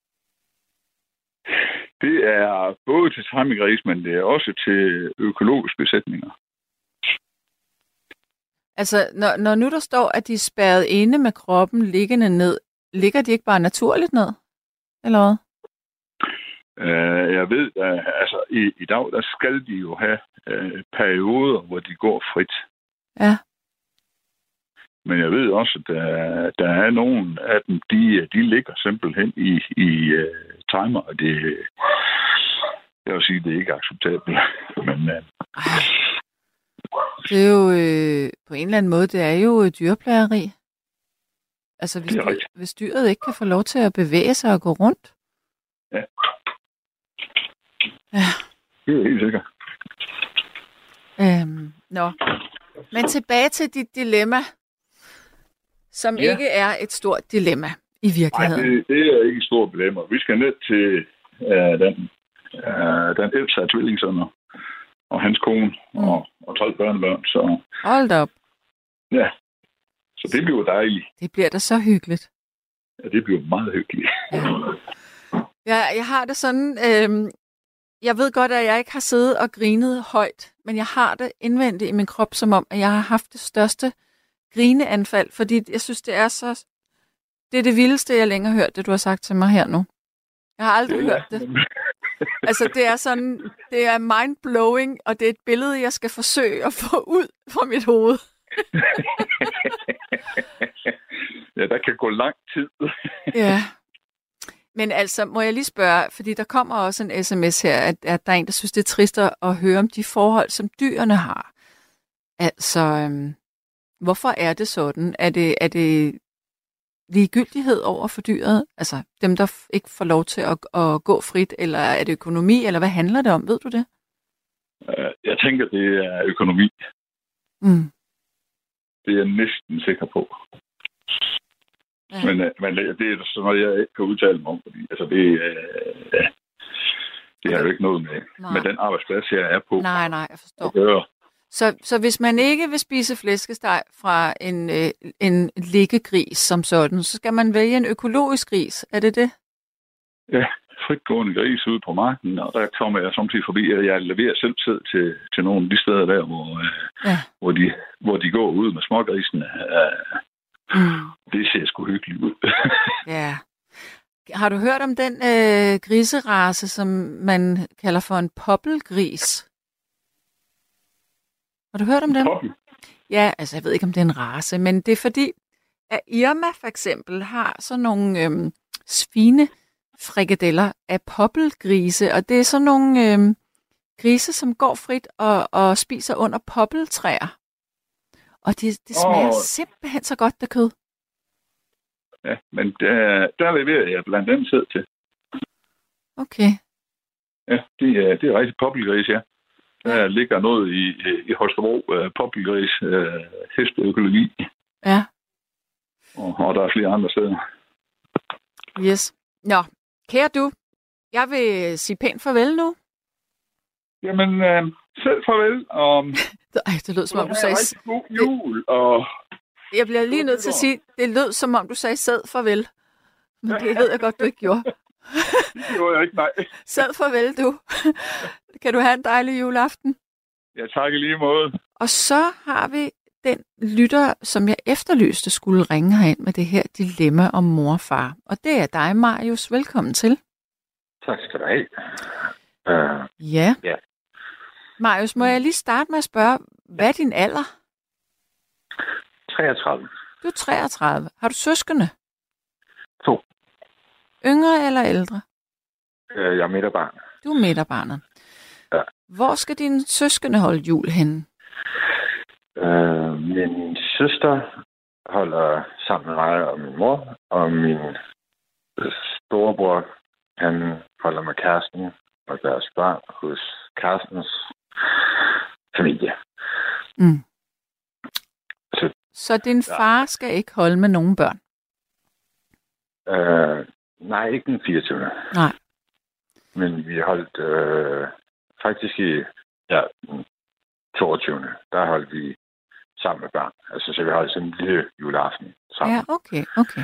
Det er både til træmmegrise, men det er også til økologiske besætninger. Altså, når nu der står, at de er spærret inde med kroppen liggende ned, ligger de ikke bare naturligt ned? Eller hvad? Jeg ved, altså i dag, der skal de jo have perioder, hvor de går frit. Ja. Men jeg ved også, at der er nogle af dem, de ligger simpelthen i timer, og jeg vil sige, det er ikke acceptabelt. Men det er jo på en eller anden måde, det er jo dyrplageri. Altså, hvis dyret ikke kan få lov til at bevæge sig og gå rundt. Ja. Ja. Det er helt sikkert. Nå. Men tilbage til dit dilemma, som ikke er et stort dilemma i virkeligheden. Nej, det er ikke et stort dilemma. Vi skal ned til den ældste af tvillingsønner og hans kone og 12 børnebørn. Så. Hold op. Ja. Så det bliver dejligt. Det bliver da så hyggeligt. Ja, det bliver meget hyggeligt. Ja, jeg har det sådan. Jeg ved godt, at jeg ikke har siddet og grinet højt, men jeg har det indvendigt i min krop, som om, at jeg har haft det største grineanfald, fordi jeg synes, det er det vildeste, jeg længe har hørt, det du har sagt til mig her nu. Jeg har aldrig hørt det. Altså, det er sådan, det er mind-blowing, og det er et billede, jeg skal forsøge at få ud fra mit hoved. Ja, der kan gå lang tid. Ja. Men altså, må jeg lige spørge, fordi der kommer også en sms her, at der er en, der synes, det er trist at høre om de forhold, som dyrene har. Altså, hvorfor er det sådan? Er det ligegyldighed over for dyret? Altså, dem, der ikke får lov til at gå frit, eller er det økonomi, eller hvad handler det om? Ved du det? Jeg tænker, det er økonomi. Mm. Det er jeg næsten sikker på. Ja. Men det er sådan noget, jeg ikke kan udtale mig om, fordi altså det har jo ikke noget med den arbejdsplads, jeg er på. Nej, jeg forstår. Så hvis man ikke vil spise flæskesteg fra en liggegris som sådan, så skal man vælge en økologisk gris. Er det det? Ja, fritgående gris ude på marken, og der kommer jeg samtidig forbi, at jeg leverer selv til nogle af de steder der, hvor de går ud med smågrisene. Det ser sgu hyggeligt ud. Ja. Har du hørt om den griserace, som man kalder for en poppelgris? Har du hørt om dem? Poppel? Ja, altså jeg ved ikke, om det er en race, men det er fordi, at Irma for eksempel har sådan nogle svinefrikadeller af poppelgrise, og det er sådan nogle grise, som går frit og spiser under poppeltræer. Og det smager simpelthen så godt, det kød. Ja, men der leverer jeg blandt andet sæd til. Okay. Ja, det er rigtig poppelgris, ja. Der ligger noget i Holstebro, poppelgris, hesteøkologi. Ja. Og der er flere andre steder. Yes. Nå, kære du, jeg vil sige pænt farvel nu. Jamen, selv farvel. Det lød som om du sagde... Rigtig god jul, og... Jeg bliver lige nødt til at sige, det lød som om du sagde sad farvel. Men det ved jeg godt, du ikke gjorde. Det gjorde jeg ikke, nej. Sad farvel, du. Kan du have en dejlig juleaften? Ja, tak i lige måde. Og så har vi den lytter, som jeg efterlyste skulle ringe herind med det her dilemma om mor og far. Og det er dig, Marius. Velkommen til. Tak skal du have. Ja. Marius, må jeg lige starte med at spørge, hvad er din alder? 33. Du er 33. Har du søskende? 2. Yngre eller ældre? Jeg er midterbarn. Du er midterbarnet. Ja. Hvor skal dine søskende holde jul henne? Min søster holder sammen med mig og min mor, og min storebror, han holder med kæresten og deres børn hos kærestens familie. Mm. Så din far skal ikke holde med nogen børn? Nej, ikke den 24. Nej. Men vi holdt faktisk i den 22. Der holdt vi sammen med børn. Altså, så vi holdt sådan en lille juleaften sammen. Ja, okay.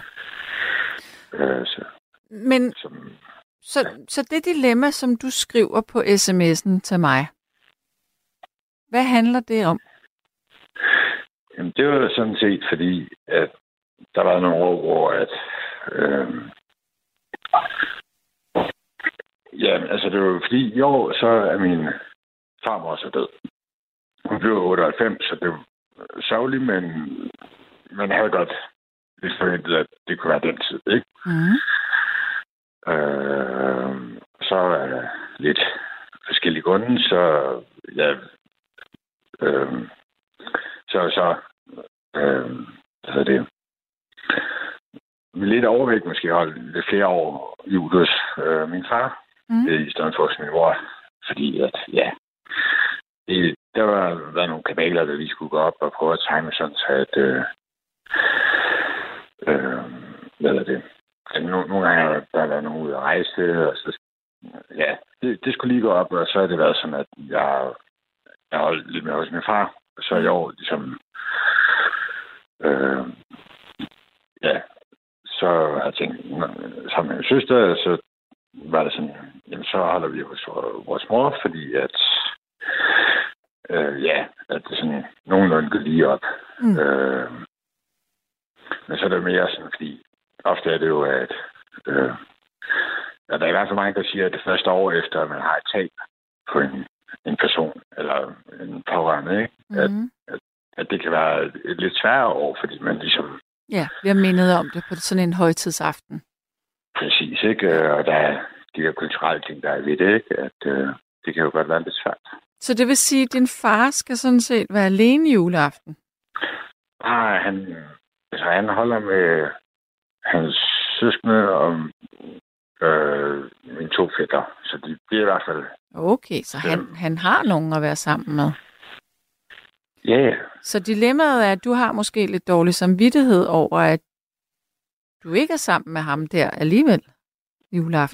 Så det dilemma, som du skriver på sms'en til mig, hvad handler det om? Jamen, det var sådan set fordi, at der var nogle år, hvor at altså det var fordi i år, så er min farmor så død. Hun blev 98, så det var sørgeligt, men man havde godt lidt forventet, at det kunne være den tid, ikke? Mm. Så er der lidt forskellige grunde, så ja, hvad er det? Med lidt overvægt måske holdt lidt flere år jul hos min far, i stedet for min mor, fordi at, ja, der var nogle kabaler, der vi skulle gå op og prøve at tegne sådan, så at, hvad er det? Nogle gange har der været nogen ude at rejse, og så, ja, det skulle lige gå op, og så har det været sådan, at jeg holdt lidt med hos min far, og så i år ligesom, så har jeg tænkt, sammen med min søster, så var det sådan, jamen så holder vi hos vores mor, fordi at, at det sådan nogenlunde går lige op. Men så er det mere sådan, fordi ofte er det jo, at der er i hvert fald mange, der siger, at det første år efter, at man har et tab på en person, eller en pårørende, ikke? At det kan være et lidt sværere år, fordi man ligesom... Ja, vi har mindet om det på sådan en højtidsaften. Præcis, ikke? Og der er de her kulturelle ting, der er ved det, ikke? At det kan jo godt være lidt svært. Så det vil sige, at din far skal sådan set være alene juleaften? Nej, han holder med hans søskende og mine 2 fætter. Så de bliver i hvert fald... Okay, så han har nogen at være sammen med? Ja. Yeah. Så dilemmaet er, at du har måske lidt dårlig samvittighed over, at du ikke er sammen med ham der alligevel juleaften?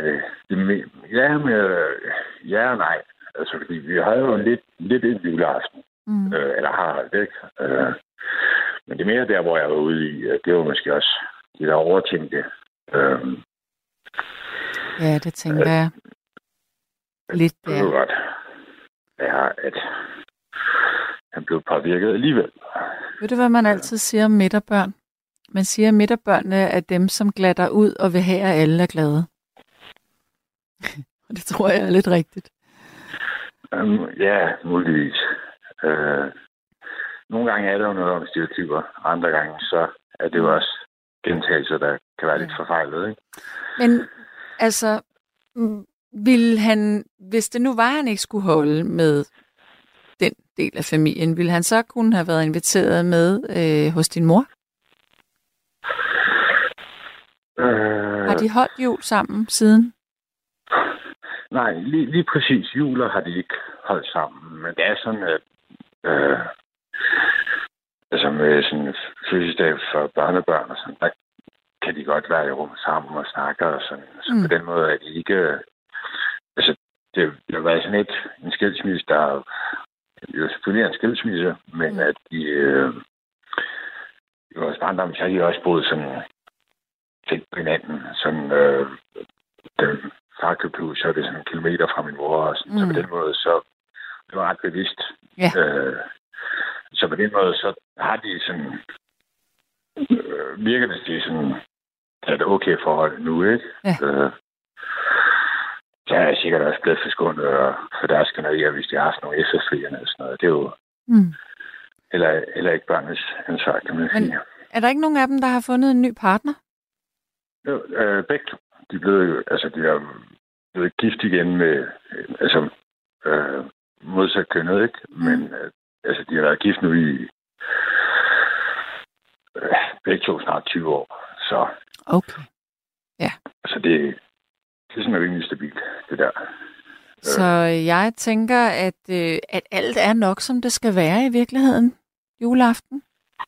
Ja og nej. Altså, fordi vi har jo lidt en juleaften. Eller har det, ikke? Men det er mere der, hvor jeg var ude i, det var måske også det der overtænkte. Ja, det tænker jeg. Lidt der. Det var godt. Ja, at han blev påvirket alligevel. Ved du, hvad man altid siger om midterbørn? Man siger, at midterbørnene er dem, som glatter ud og vil have, at alle er glade. Og det tror jeg er lidt rigtigt. Ja, muligvis. Nogle gange er der jo noget om stereotyper. Andre gange, så er det jo også gentagelser, der kan være lidt forfejlet, ikke? Men altså, ville han, hvis det nu var, han ikke skulle holde med den del af familien, ville han så kunne have været inviteret med hos din mor? Har de holdt jul sammen siden? Nej, lige præcis. Juler har de ikke holdt sammen. Men det er sådan, at altså med sådan en fødselsdag for børnebørn og sådan, der kan de godt være i rum sammen og snakke og sådan. Så på den måde er de ikke... Altså, det har været sådan en skilsmisse, der jo selvfølgelig er en skilsmisse, men at de... I vores barndom, så har de også boet sådan tæt på hinanden. Sådan... Den far købte hus, så er det sådan en kilometer fra min mor. Og sådan. Så på den måde, så det var ret bevidst. Ja. Så på den måde, så har de sådan... virker det til sådan... et okay forhold nu, ikke? Ja. Så er jeg sikkert også blevet forskånet for deres skænderier, hvis de har haft nogle efterfølgende og sådan noget. Det er jo heller ikke børnenes ansvar, kan man sige. Er der ikke nogen af dem, der har fundet en ny partner? Jo, begge to. De er blevet gift igen med modsat kønnet, ikke? Men altså, de har været gift nu i begge to snart 20 år. Så okay. Ja. Altså, det er sådan rimelig stabilt, det der. Så jeg tænker, at alt er nok, som det skal være i virkeligheden juleaften?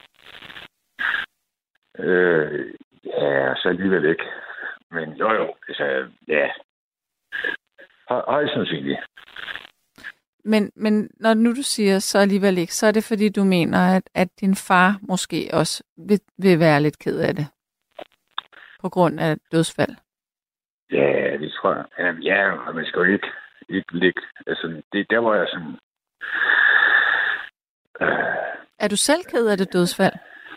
Ja, så alligevel ikke. Men jo, altså, ja. Højst sandsynligt. Men når nu du siger så alligevel ikke, så er det fordi, du mener, at din far måske også vil være lidt ked af det? På grund af dødsfald? Ja, det tror jeg. Ja, man skal jo ikke ligge. Altså, det er der, hvor jeg sådan... Er du selv ked af det dødsfald?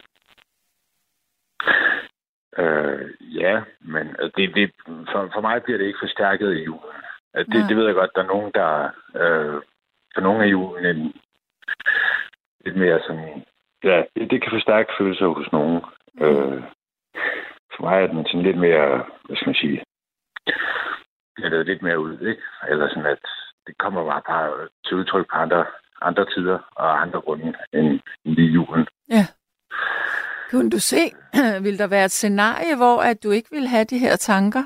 Ja, men for mig bliver det ikke forstærket i julen. Det ved jeg godt, der er nogen, der... for nogle af julen lidt mere sådan... Ja, det kan forstærke følelser hos nogen. For mig er den sådan lidt mere, hvad skal man sige... Det er lidt mere ud, ikke? Eller sådan, at det kommer bare til udtryk på andre tider og andre grunde end lige julen. Ja. Kunne du se, vil der være et scenarie, hvor at du ikke vil have de her tanker?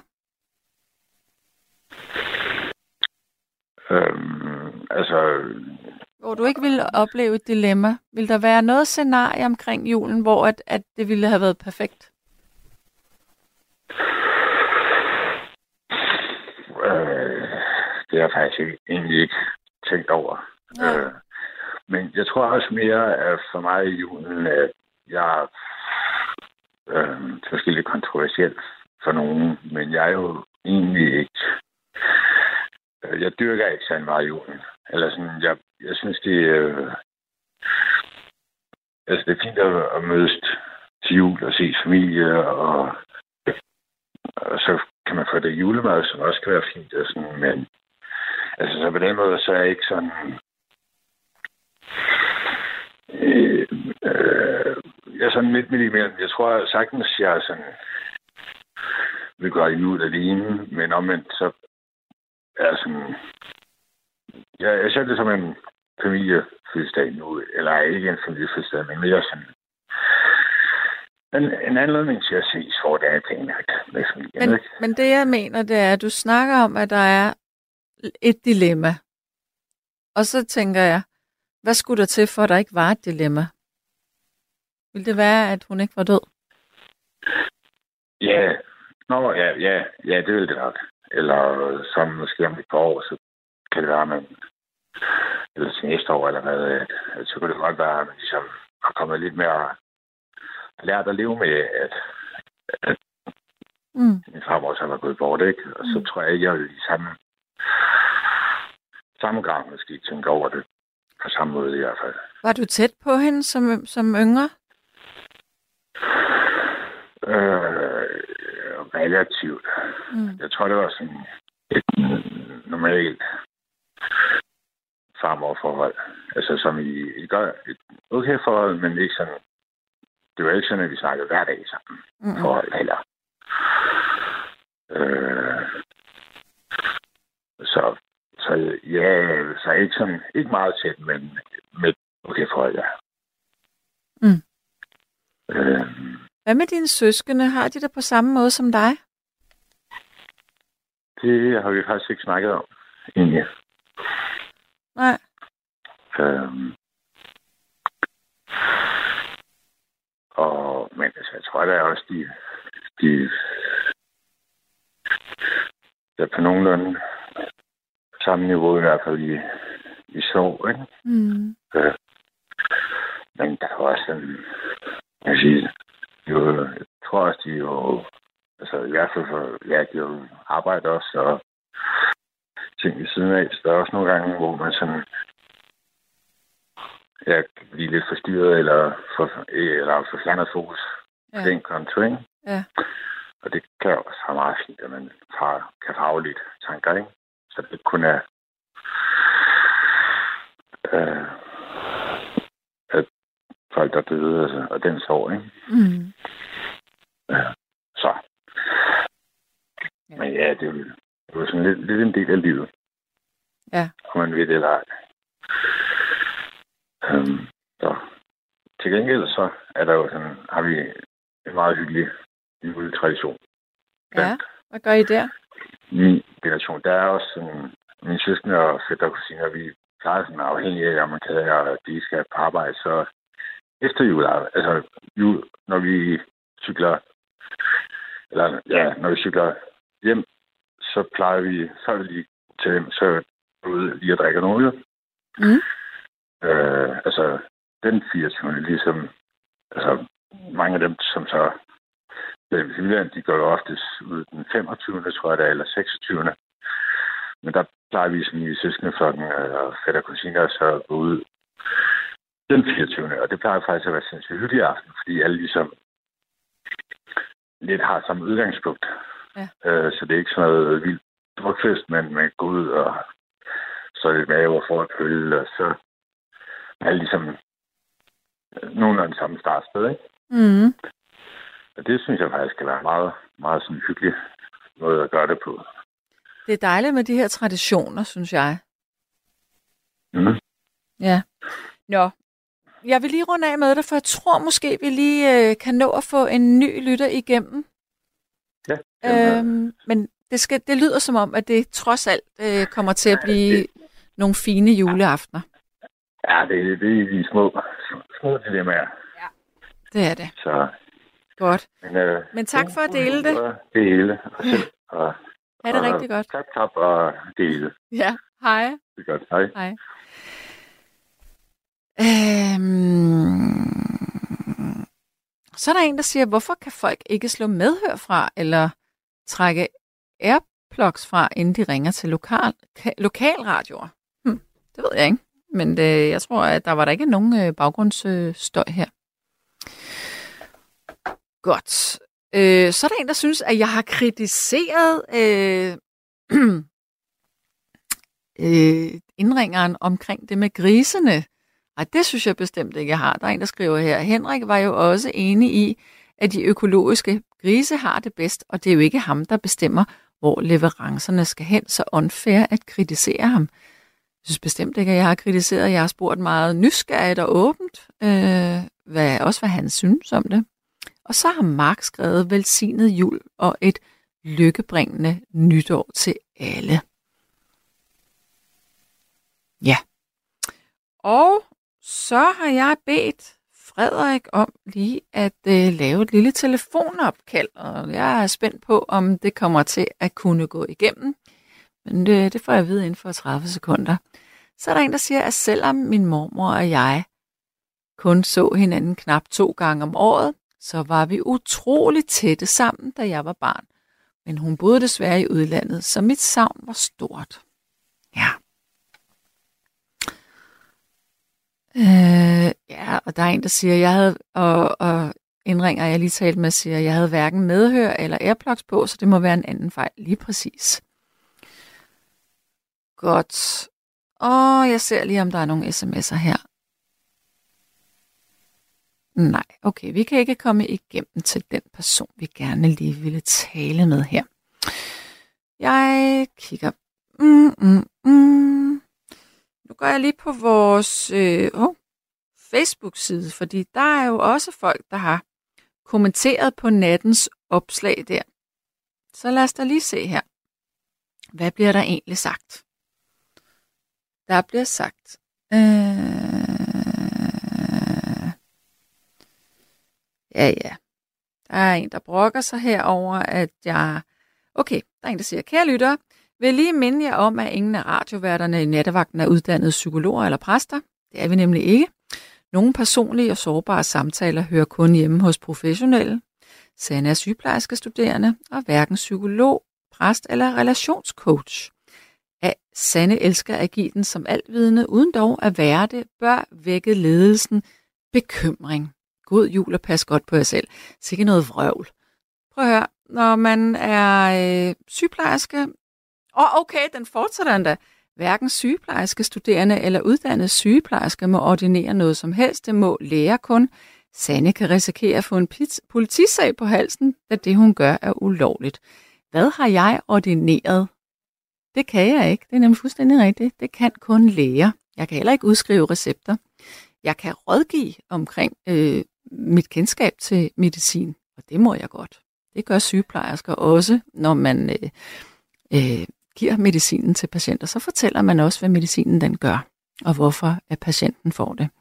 Hvor du ikke ville opleve et dilemma. Vil der være noget scenarie omkring julen, hvor at det ville have været perfekt? Det har jeg faktisk egentlig ikke tænkt over. Ja. Men jeg tror også mere, at for mig i julen, at jeg er måske lidt kontroversielt for nogen, men jeg er jo egentlig ikke... Jeg dyrker ikke så meget julen. Eller sådan, jeg synes, det er fint at mødes til jul og se familie, og så kan man få det julemad, som også kan være fint. Og sådan, men altså, så på den måde, så er jeg ikke sådan... Jeg er sådan lidt midt imellem. Jeg tror sagtens, jeg er sådan... Vi går jul alene, men omvendt, så er sådan... Jeg ser det som en familiefødselsdag nu, eller ikke en familiefødselsdag, men mere sådan... En anledning til at ses, hvor der er planlagt med familien. Men det, jeg mener, det er, at du snakker om, at der er et dilemma. Og så tænker jeg, hvad skulle der til, for at der ikke var et dilemma? Ville det være, at hun ikke var død? Ja. Ja, det ville det nok. Eller som måske om et par år, så kan det være, at man... Eller til næste år, eller hvad, at så kunne det godt være, at man ligesom har kommet lidt mere... lært at leve med, at min far også har gået bort, ikke? Og så tror jeg ikke, jeg vil i samme gang måske tænke over det. På samme måde i hvert fald. Var du tæt på hende som yngre? Relativt. Jeg tror, det var sådan et normalt farmorforhold. Altså, som I gør et okay forhold, men ikke sådan... Det var ikke sådan, at vi snakkede hver dag sammen. Forhold heller. Så ja, så ikke sådan... Ikke meget tæt, men med okay forhold, ja. Hvad med dine søskende? Har de det på samme måde som dig? Det har vi faktisk ikke snakket om, egentlig. Nej. Men altså, jeg tror, der er også de der er på nogenlunde samme niveau, i hvert fald i sorg, ikke? Men der er også sådan, jeg siger, jeg tror også, de jo, altså i hvert fald for, ja, de jo arbejder også, og ting ved siden af, så der er også nogle gange, hvor man sådan, ja, kan blive lidt forstyrret, eller få fjernet fokus på den konto, ikke? Ja. Og det kan også have meget fint, at man kan farve lidt tanker, ikke? Så det kun er at folk, der døde, altså, og den sorg, ikke? Så. Men ja, det er jo sådan lidt en del af livet. Ja. Om man ved det eller ej. Så. Til gengæld så er der jo sådan, har vi en meget hyggelig juletradition. Ja, hvad gør I der? Min generation, der er også sådan, mine søskende og fætter og kusiner, vi plejer sådan afhængig af, om man kan have, og de skal på arbejde, så efter jul, når vi cykler, eller ja, når vi cykler hjem, så plejer vi, så er vi lige til dem, så ude lige at drikke nogle øl. Altså, den 24. ligesom, altså, mange af dem, som så, de går jo oftest ud den 25. tror jeg det er, eller 26. Men der plejer vi sådan i søskendeflokken og fætter og kusiner, så gå ud den 24. Og det plejer faktisk at være sindssygt hyggelig aften, fordi alle ligesom lidt har samme udgangspunkt. Ja. Så det er ikke sådan noget vildt drukfest, men man går ud og så er det mave og får et øl, og så er ligesom nogenlunde samme startsted, ikke? Og det synes jeg faktisk skal være meget, meget sådan hyggelig måde at gøre det på. Det er dejligt med de her traditioner, synes jeg. Ja. Nå, jeg vil lige runde af med det, for jeg tror måske, vi lige kan nå at få en ny lytter igennem. Ja. Men det lyder som om, at det trods alt kommer til at blive nogle fine juleaftener. Ja, det er de små dilemmaer. Ja, det er det. Så. Godt. Men tak for at dele det. Dele. Ha' det rigtig godt. Tak og dele. Ja, hej. Det er godt. Hej. Hej. Så er der en, der siger, hvorfor kan folk ikke slå medhør fra, eller trække AirPlugs fra, inden de ringer til lokalradioer? Det ved jeg ikke. Men jeg tror, at der var der ikke nogen baggrundsstøj her. Godt. Så er der en, der synes, at jeg har kritiseret indringeren omkring det med grisene. Ej, det synes jeg bestemt ikke, jeg har. Der er en, der skriver her. Henrik var jo også enig i, at de økologiske grise har det bedst, og det er jo ikke ham, der bestemmer, hvor leverancerne skal hen, så unfair at kritisere ham. Jeg synes bestemt ikke, at jeg har kritiseret. Jeg har spurgt meget nysgerrigt og åbent, hvad han synes om det. Og så har Mark skrevet velsignet jul og et lykkebringende nytår til alle. Ja. Og så har jeg bedt Frederik om lige at lave et lille telefonopkald, og jeg er spændt på, om det kommer til at kunne gå igennem. Men det får jeg at vide inden for 30 sekunder. Så er der en, der siger, at selvom min mormor og jeg kun så hinanden knap 2 gange om året, så var vi utroligt tætte sammen, da jeg var barn. Men hun boede desværre i udlandet, så mit savn var stort. Ja. Ja, og der er en, der siger, indringer, jeg lige talte med, siger, at jeg havde hverken medhør eller AirPlugs på, så det må være en anden fejl. Lige præcis. Godt. Og jeg ser lige, om der er nogle sms'er her. Nej, okay, vi kan ikke komme igennem til den person, vi gerne lige ville tale med her. Jeg kigger. Nu går jeg lige på vores Facebook-side, fordi der er jo også folk, der har kommenteret på nattens opslag der. Så lad os da lige se her. Hvad bliver der egentlig sagt? Der bliver sagt... Ja. Der er en, der brokker sig herover, at jeg... Okay, der er en, der siger, kære lyttere, vil lige minde jer om, at ingen af radioværterne i nattevagten er uddannede psykologer eller præster. Det er vi nemlig ikke. Nogle personlige og sårbare samtaler hører kun hjemme hos professionelle. Sanne er sygeplejerskestuderende og hverken psykolog, præst eller relationscoach. Sanne elsker at give den som altvidende, uden dog at være det, bør vække ledelsen bekymring. God jul og pas godt på jer selv. Sikke noget vrøvl. Prøv at høre, når man er sygeplejerske, okay, den fortsætter endda. Hverken sygeplejerske, studerende eller uddannede sygeplejersker må ordinere noget som helst. Det må læger kun. Sanne kan risikere at få en politisag på halsen, da det hun gør er ulovligt. Hvad har jeg ordineret? Det kan jeg ikke. Det er nemlig fuldstændig rigtigt. Det kan kun læger. Jeg kan heller ikke udskrive recepter. Jeg kan rådgive omkring mit kendskab til medicin, og det må jeg godt. Det gør sygeplejersker også, når man giver medicinen til patienter. Så fortæller man også, hvad medicinen den gør, og hvorfor at patienten får det.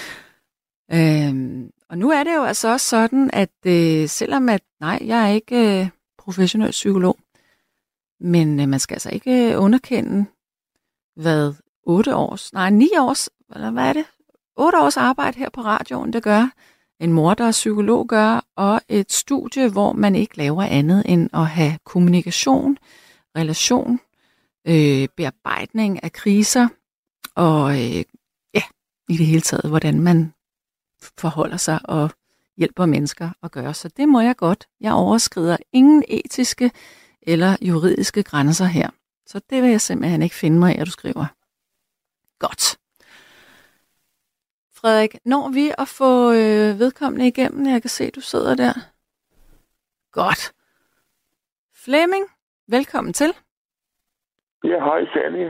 Og nu er det jo altså også sådan, at selvom at, nej, jeg er ikke professionel psykolog, men man skal altså ikke underkende, hvad 9 års, eller hvad er det? 8 års arbejde her på radioen, det gør. En mor, der er psykolog, gør, og et studie, hvor man ikke laver andet end at have kommunikation, relation, bearbejdning af kriser, og i det hele taget, hvordan man forholder sig og hjælper mennesker at gøre. Så det må jeg godt. Jeg overskrider ingen etiske eller juridiske grænser her. Så det vil jeg simpelthen ikke finde mig i, at du skriver. Godt. Frederik, når vi at få vedkommende igennem? Jeg kan se, du sidder der. Godt. Flemming, velkommen til. Ja, hej Sanne.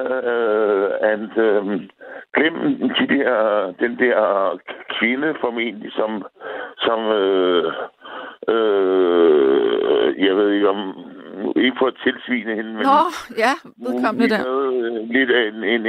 Glem den der kvinde formentlig, som jeg ved ikke om, ikke for at tilsvine hende, men ja, vedkommende der. Lidt af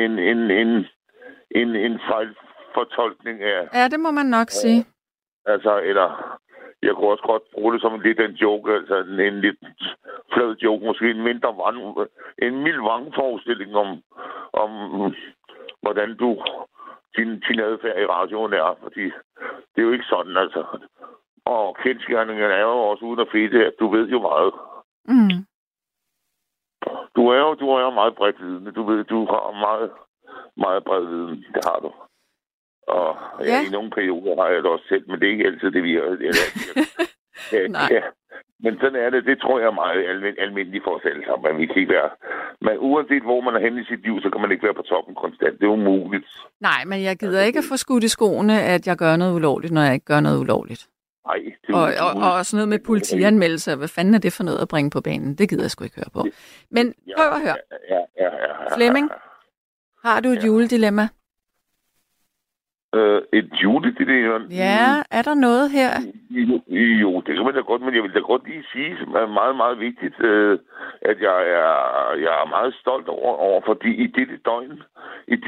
en fejlfortolkning af... Ja, det må man nok sige. Altså, eller... Jeg kunne også godt bruge det som lidt en joke, altså en lidt flad joke, måske en mild vrangforestilling om hvordan din adfærd i radioen er, fordi det er jo ikke sådan, altså. Og kendsgerningen er jo også uden at fede, at du ved jo meget. Mm. Du er jo meget bredt vidende. Du ved, du har meget, meget bred viden. Det har du. Og i nogle perioder har jeg det også selv, men det er ikke altid det, vi har. Ja. Men sådan er det. Det tror jeg er meget almindeligt for os alle sammen. Vi kan ikke være... Men uanset hvor man er henne i sit liv, så kan man ikke være på toppen konstant. Det er umuligt. Nej, men jeg gider ikke at få skudt i skoene, at jeg gør noget ulovligt, når jeg ikke gør noget ulovligt. Nej, det er og sådan noget med politianmeldelser. Hvad fanden er det for noget at bringe på banen? Det gider jeg sgu ikke høre på. Men prøv at høre. Ja. Flemming, har du et juledilemma? Et juledilemma? Ja, er der noget her? Jo, det kan man da godt, men jeg vil da godt lige sige, som er meget, meget vigtigt, at jeg er meget stolt over, fordi i dette døgn, i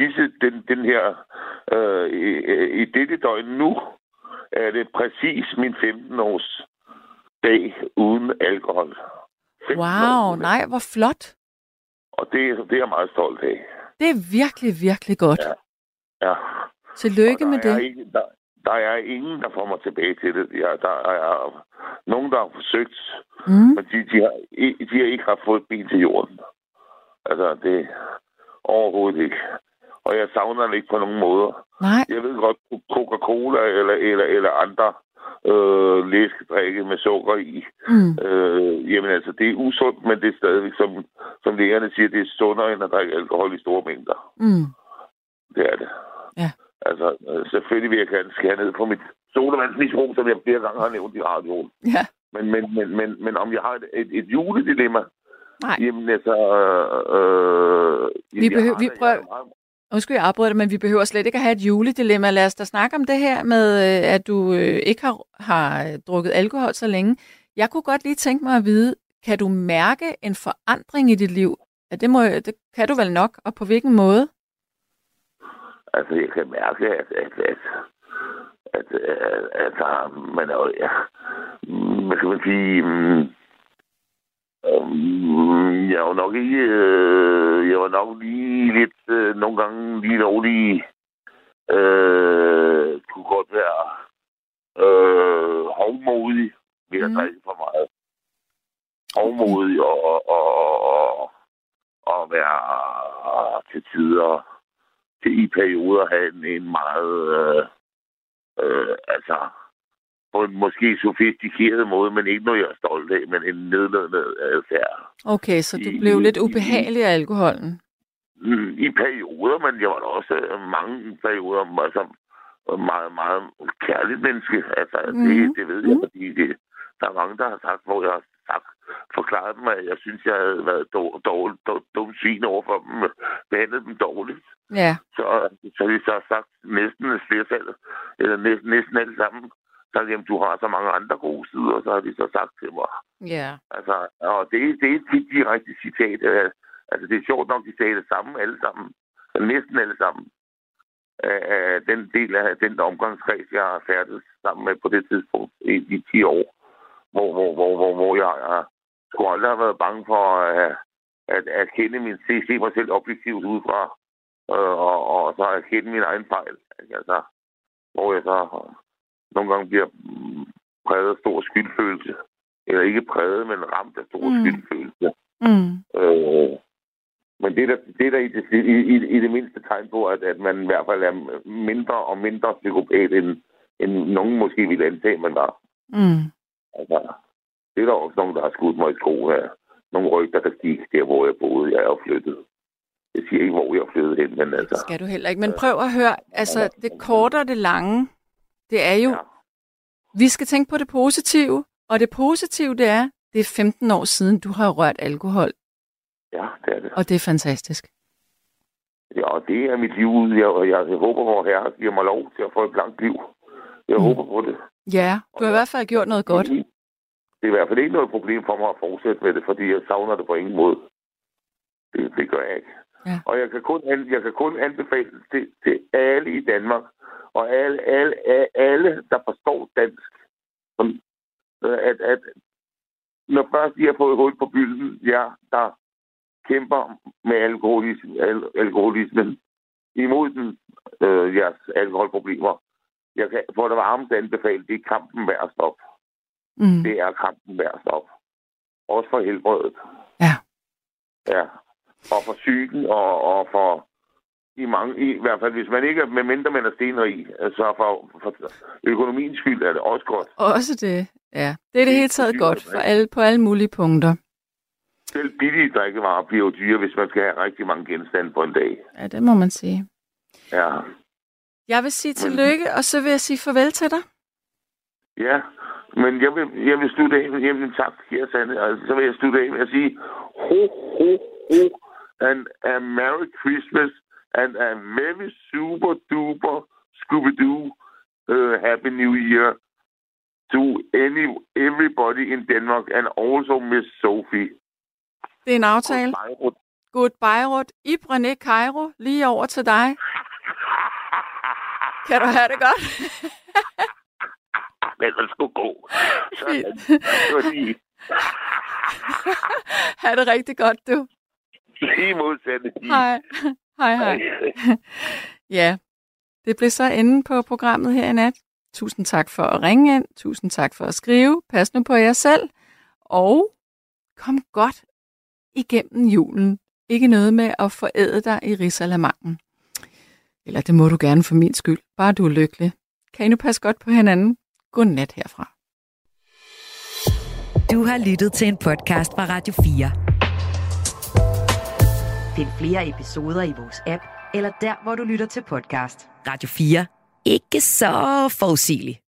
dette døgn nu, er det præcis min 15-års dag uden alkohol. Wow, nej, hvor flot. Og det er jeg meget stolt af. Det er virkelig, virkelig godt. Ja. Tillykke med det. Der er ingen, der får mig tilbage til det. Der er nogen, der har forsøgt, men de har ikke haft fået ben til jorden. Altså, det overhovedet ikke. Og jeg savner det ikke på nogen måder. Nej. Jeg ved godt, Coca-Cola eller andre læskedrikke med sukker i. Jamen altså, det er usundt, men det er stadigvæk, som lægerne siger, det er sundere end at drikke alkohol i store mængder. Det er det. Ja. Altså, selvfølgelig vil jeg gerne skære ned på mit sodavandsmisbrug, som jeg flere gange har nævnt i radioen. Ja. Men om jeg har et juledilemma? Nej. Jamen altså... Undskyld, jeg afbryder dig, men vi behøver slet ikke at have et juledilemma. Lad os da snakke om det her med, at du ikke har drukket alkohol så længe. Jeg kunne godt lige tænke mig at vide, kan du mærke en forandring i dit liv? Ja, det kan du vel nok, og på hvilken måde? Altså, jeg kan mærke, at man er jo... Ja, hvad skal man sige... Jeg var nok ikke... Jeg var nok lige lidt... nogle gange lige lovlig... kunne godt være... hovmodig ved at drikke for meget. Hovmodig og være til tider... i perioder have en meget... altså... på en måske sofistikeret måde, men ikke noget, jeg er stolt af, men en nedladende adfærd. Okay, så du blev lidt ubehagelig af alkoholen? I perioder, men jeg var da også mange perioder, altså meget, meget kærligt menneske. Altså, det ved jeg, fordi der er mange, der har sagt, hvor jeg har forklaret dem, at jeg synes, jeg havde været dumt svin over for dem, behandlet dem dårligt. Ja. Så de så har sagt næsten flertal, eller næsten alle sammen, så jamen, du har så mange andre gode sider, så har de så sagt til mig. Ja. Altså, og det er et direkte citat. Altså, det er sjovt nok, de sagde det samme alle sammen. Næsten alle sammen. Den del af den omgangskreds, jeg har færdet sammen med på det tidspunkt i de 10 år, hvor jeg skulle aldrig have været bange for at kende se mig selv objektivt udefra, og så at kende min egen fejl. Altså, hvor jeg så nogle gange bliver præget af stor skyldfølelse. Eller ikke præget, men ramt af stor skyldfølelse. Men det er der i det mindste tegn på, at man i hvert fald er mindre og mindre psykopat, end nogen måske ville antage, man var. Altså, det er der også nogen, der har skudt mig i sko her. Nogle rygter, der gik der, hvor jeg boede. Jeg er jo flyttet. Jeg siger ikke, hvor jeg er flyttet hen, men altså... Skal du heller ikke. Men prøv at høre, altså det korte og det lange, det er jo... Ja. Vi skal tænke på det positive, og det positive, det er 15 år siden, du har rørt alkohol. Ja, det er det. Og det er fantastisk. Ja, det er mit liv. Jeg håber, hvor herre giver mig lov til at få et langt liv. Jeg håber på det. Ja, du har i hvert fald gjort noget godt. Det er i hvert fald ikke noget problem for mig at fortsætte med det, fordi jeg savner det på ingen måde. Det gør jeg ikke. Ja. Og jeg kan kun anbefale til alle i Danmark, og alle der forstår dansk, at når først de har fået hul på bylden, der kæmper med alkoholismen imod jeres alkoholproblemer. Jeg kan for det varmeste anbefale, det er kampen værd at stoppe. Det er kampen værd at stoppe. Også for helbredet. Ja. Ja. Og for psyken, og for i hvert fald, hvis man ikke er, med mindre man er stenrig, så for økonomiens skyld er det også godt. Også det, ja. Det er det hele taget godt på alle mulige punkter. Selv billige drikkevarer bliver jo dyre, hvis man skal have rigtig mange genstande på en dag. Ja, det må man sige. Ja. Jeg vil sige tillykke, og så vil jeg sige farvel til dig. Ja, men jeg vil slutte af med hjemme. Tak, kære Sanne. Altså, så vil jeg slutte af med at sige ho, ho, ho, and a Merry Christmas, and a very super duper Scooby-Doo Happy New Year to everybody in Denmark, and also Miss Sophie. Det er en aftale. Goodbye, Rut. Ibrane Cairo, lige over til dig. Kan du have det godt? Men det skulle gå. Ha' det rigtig godt, du. Lige modsætte. Hej. Hej. Ja, det blev så enden på programmet her i nat. Tusind tak for at ringe ind. Tusind tak for at skrive. Pas nu på jer selv. Og kom godt igennem julen. Ikke noget med at foræde dig i risalamangen. Eller det må du gerne for min skyld. Bare du er lykkelig. Kan I nu passe godt på hinanden? godnat herfra. Du har lyttet til en podcast fra Radio 4. Find flere episoder i vores app, eller der, hvor du lytter til podcast. Radio 4. Ikke så forudsigeligt.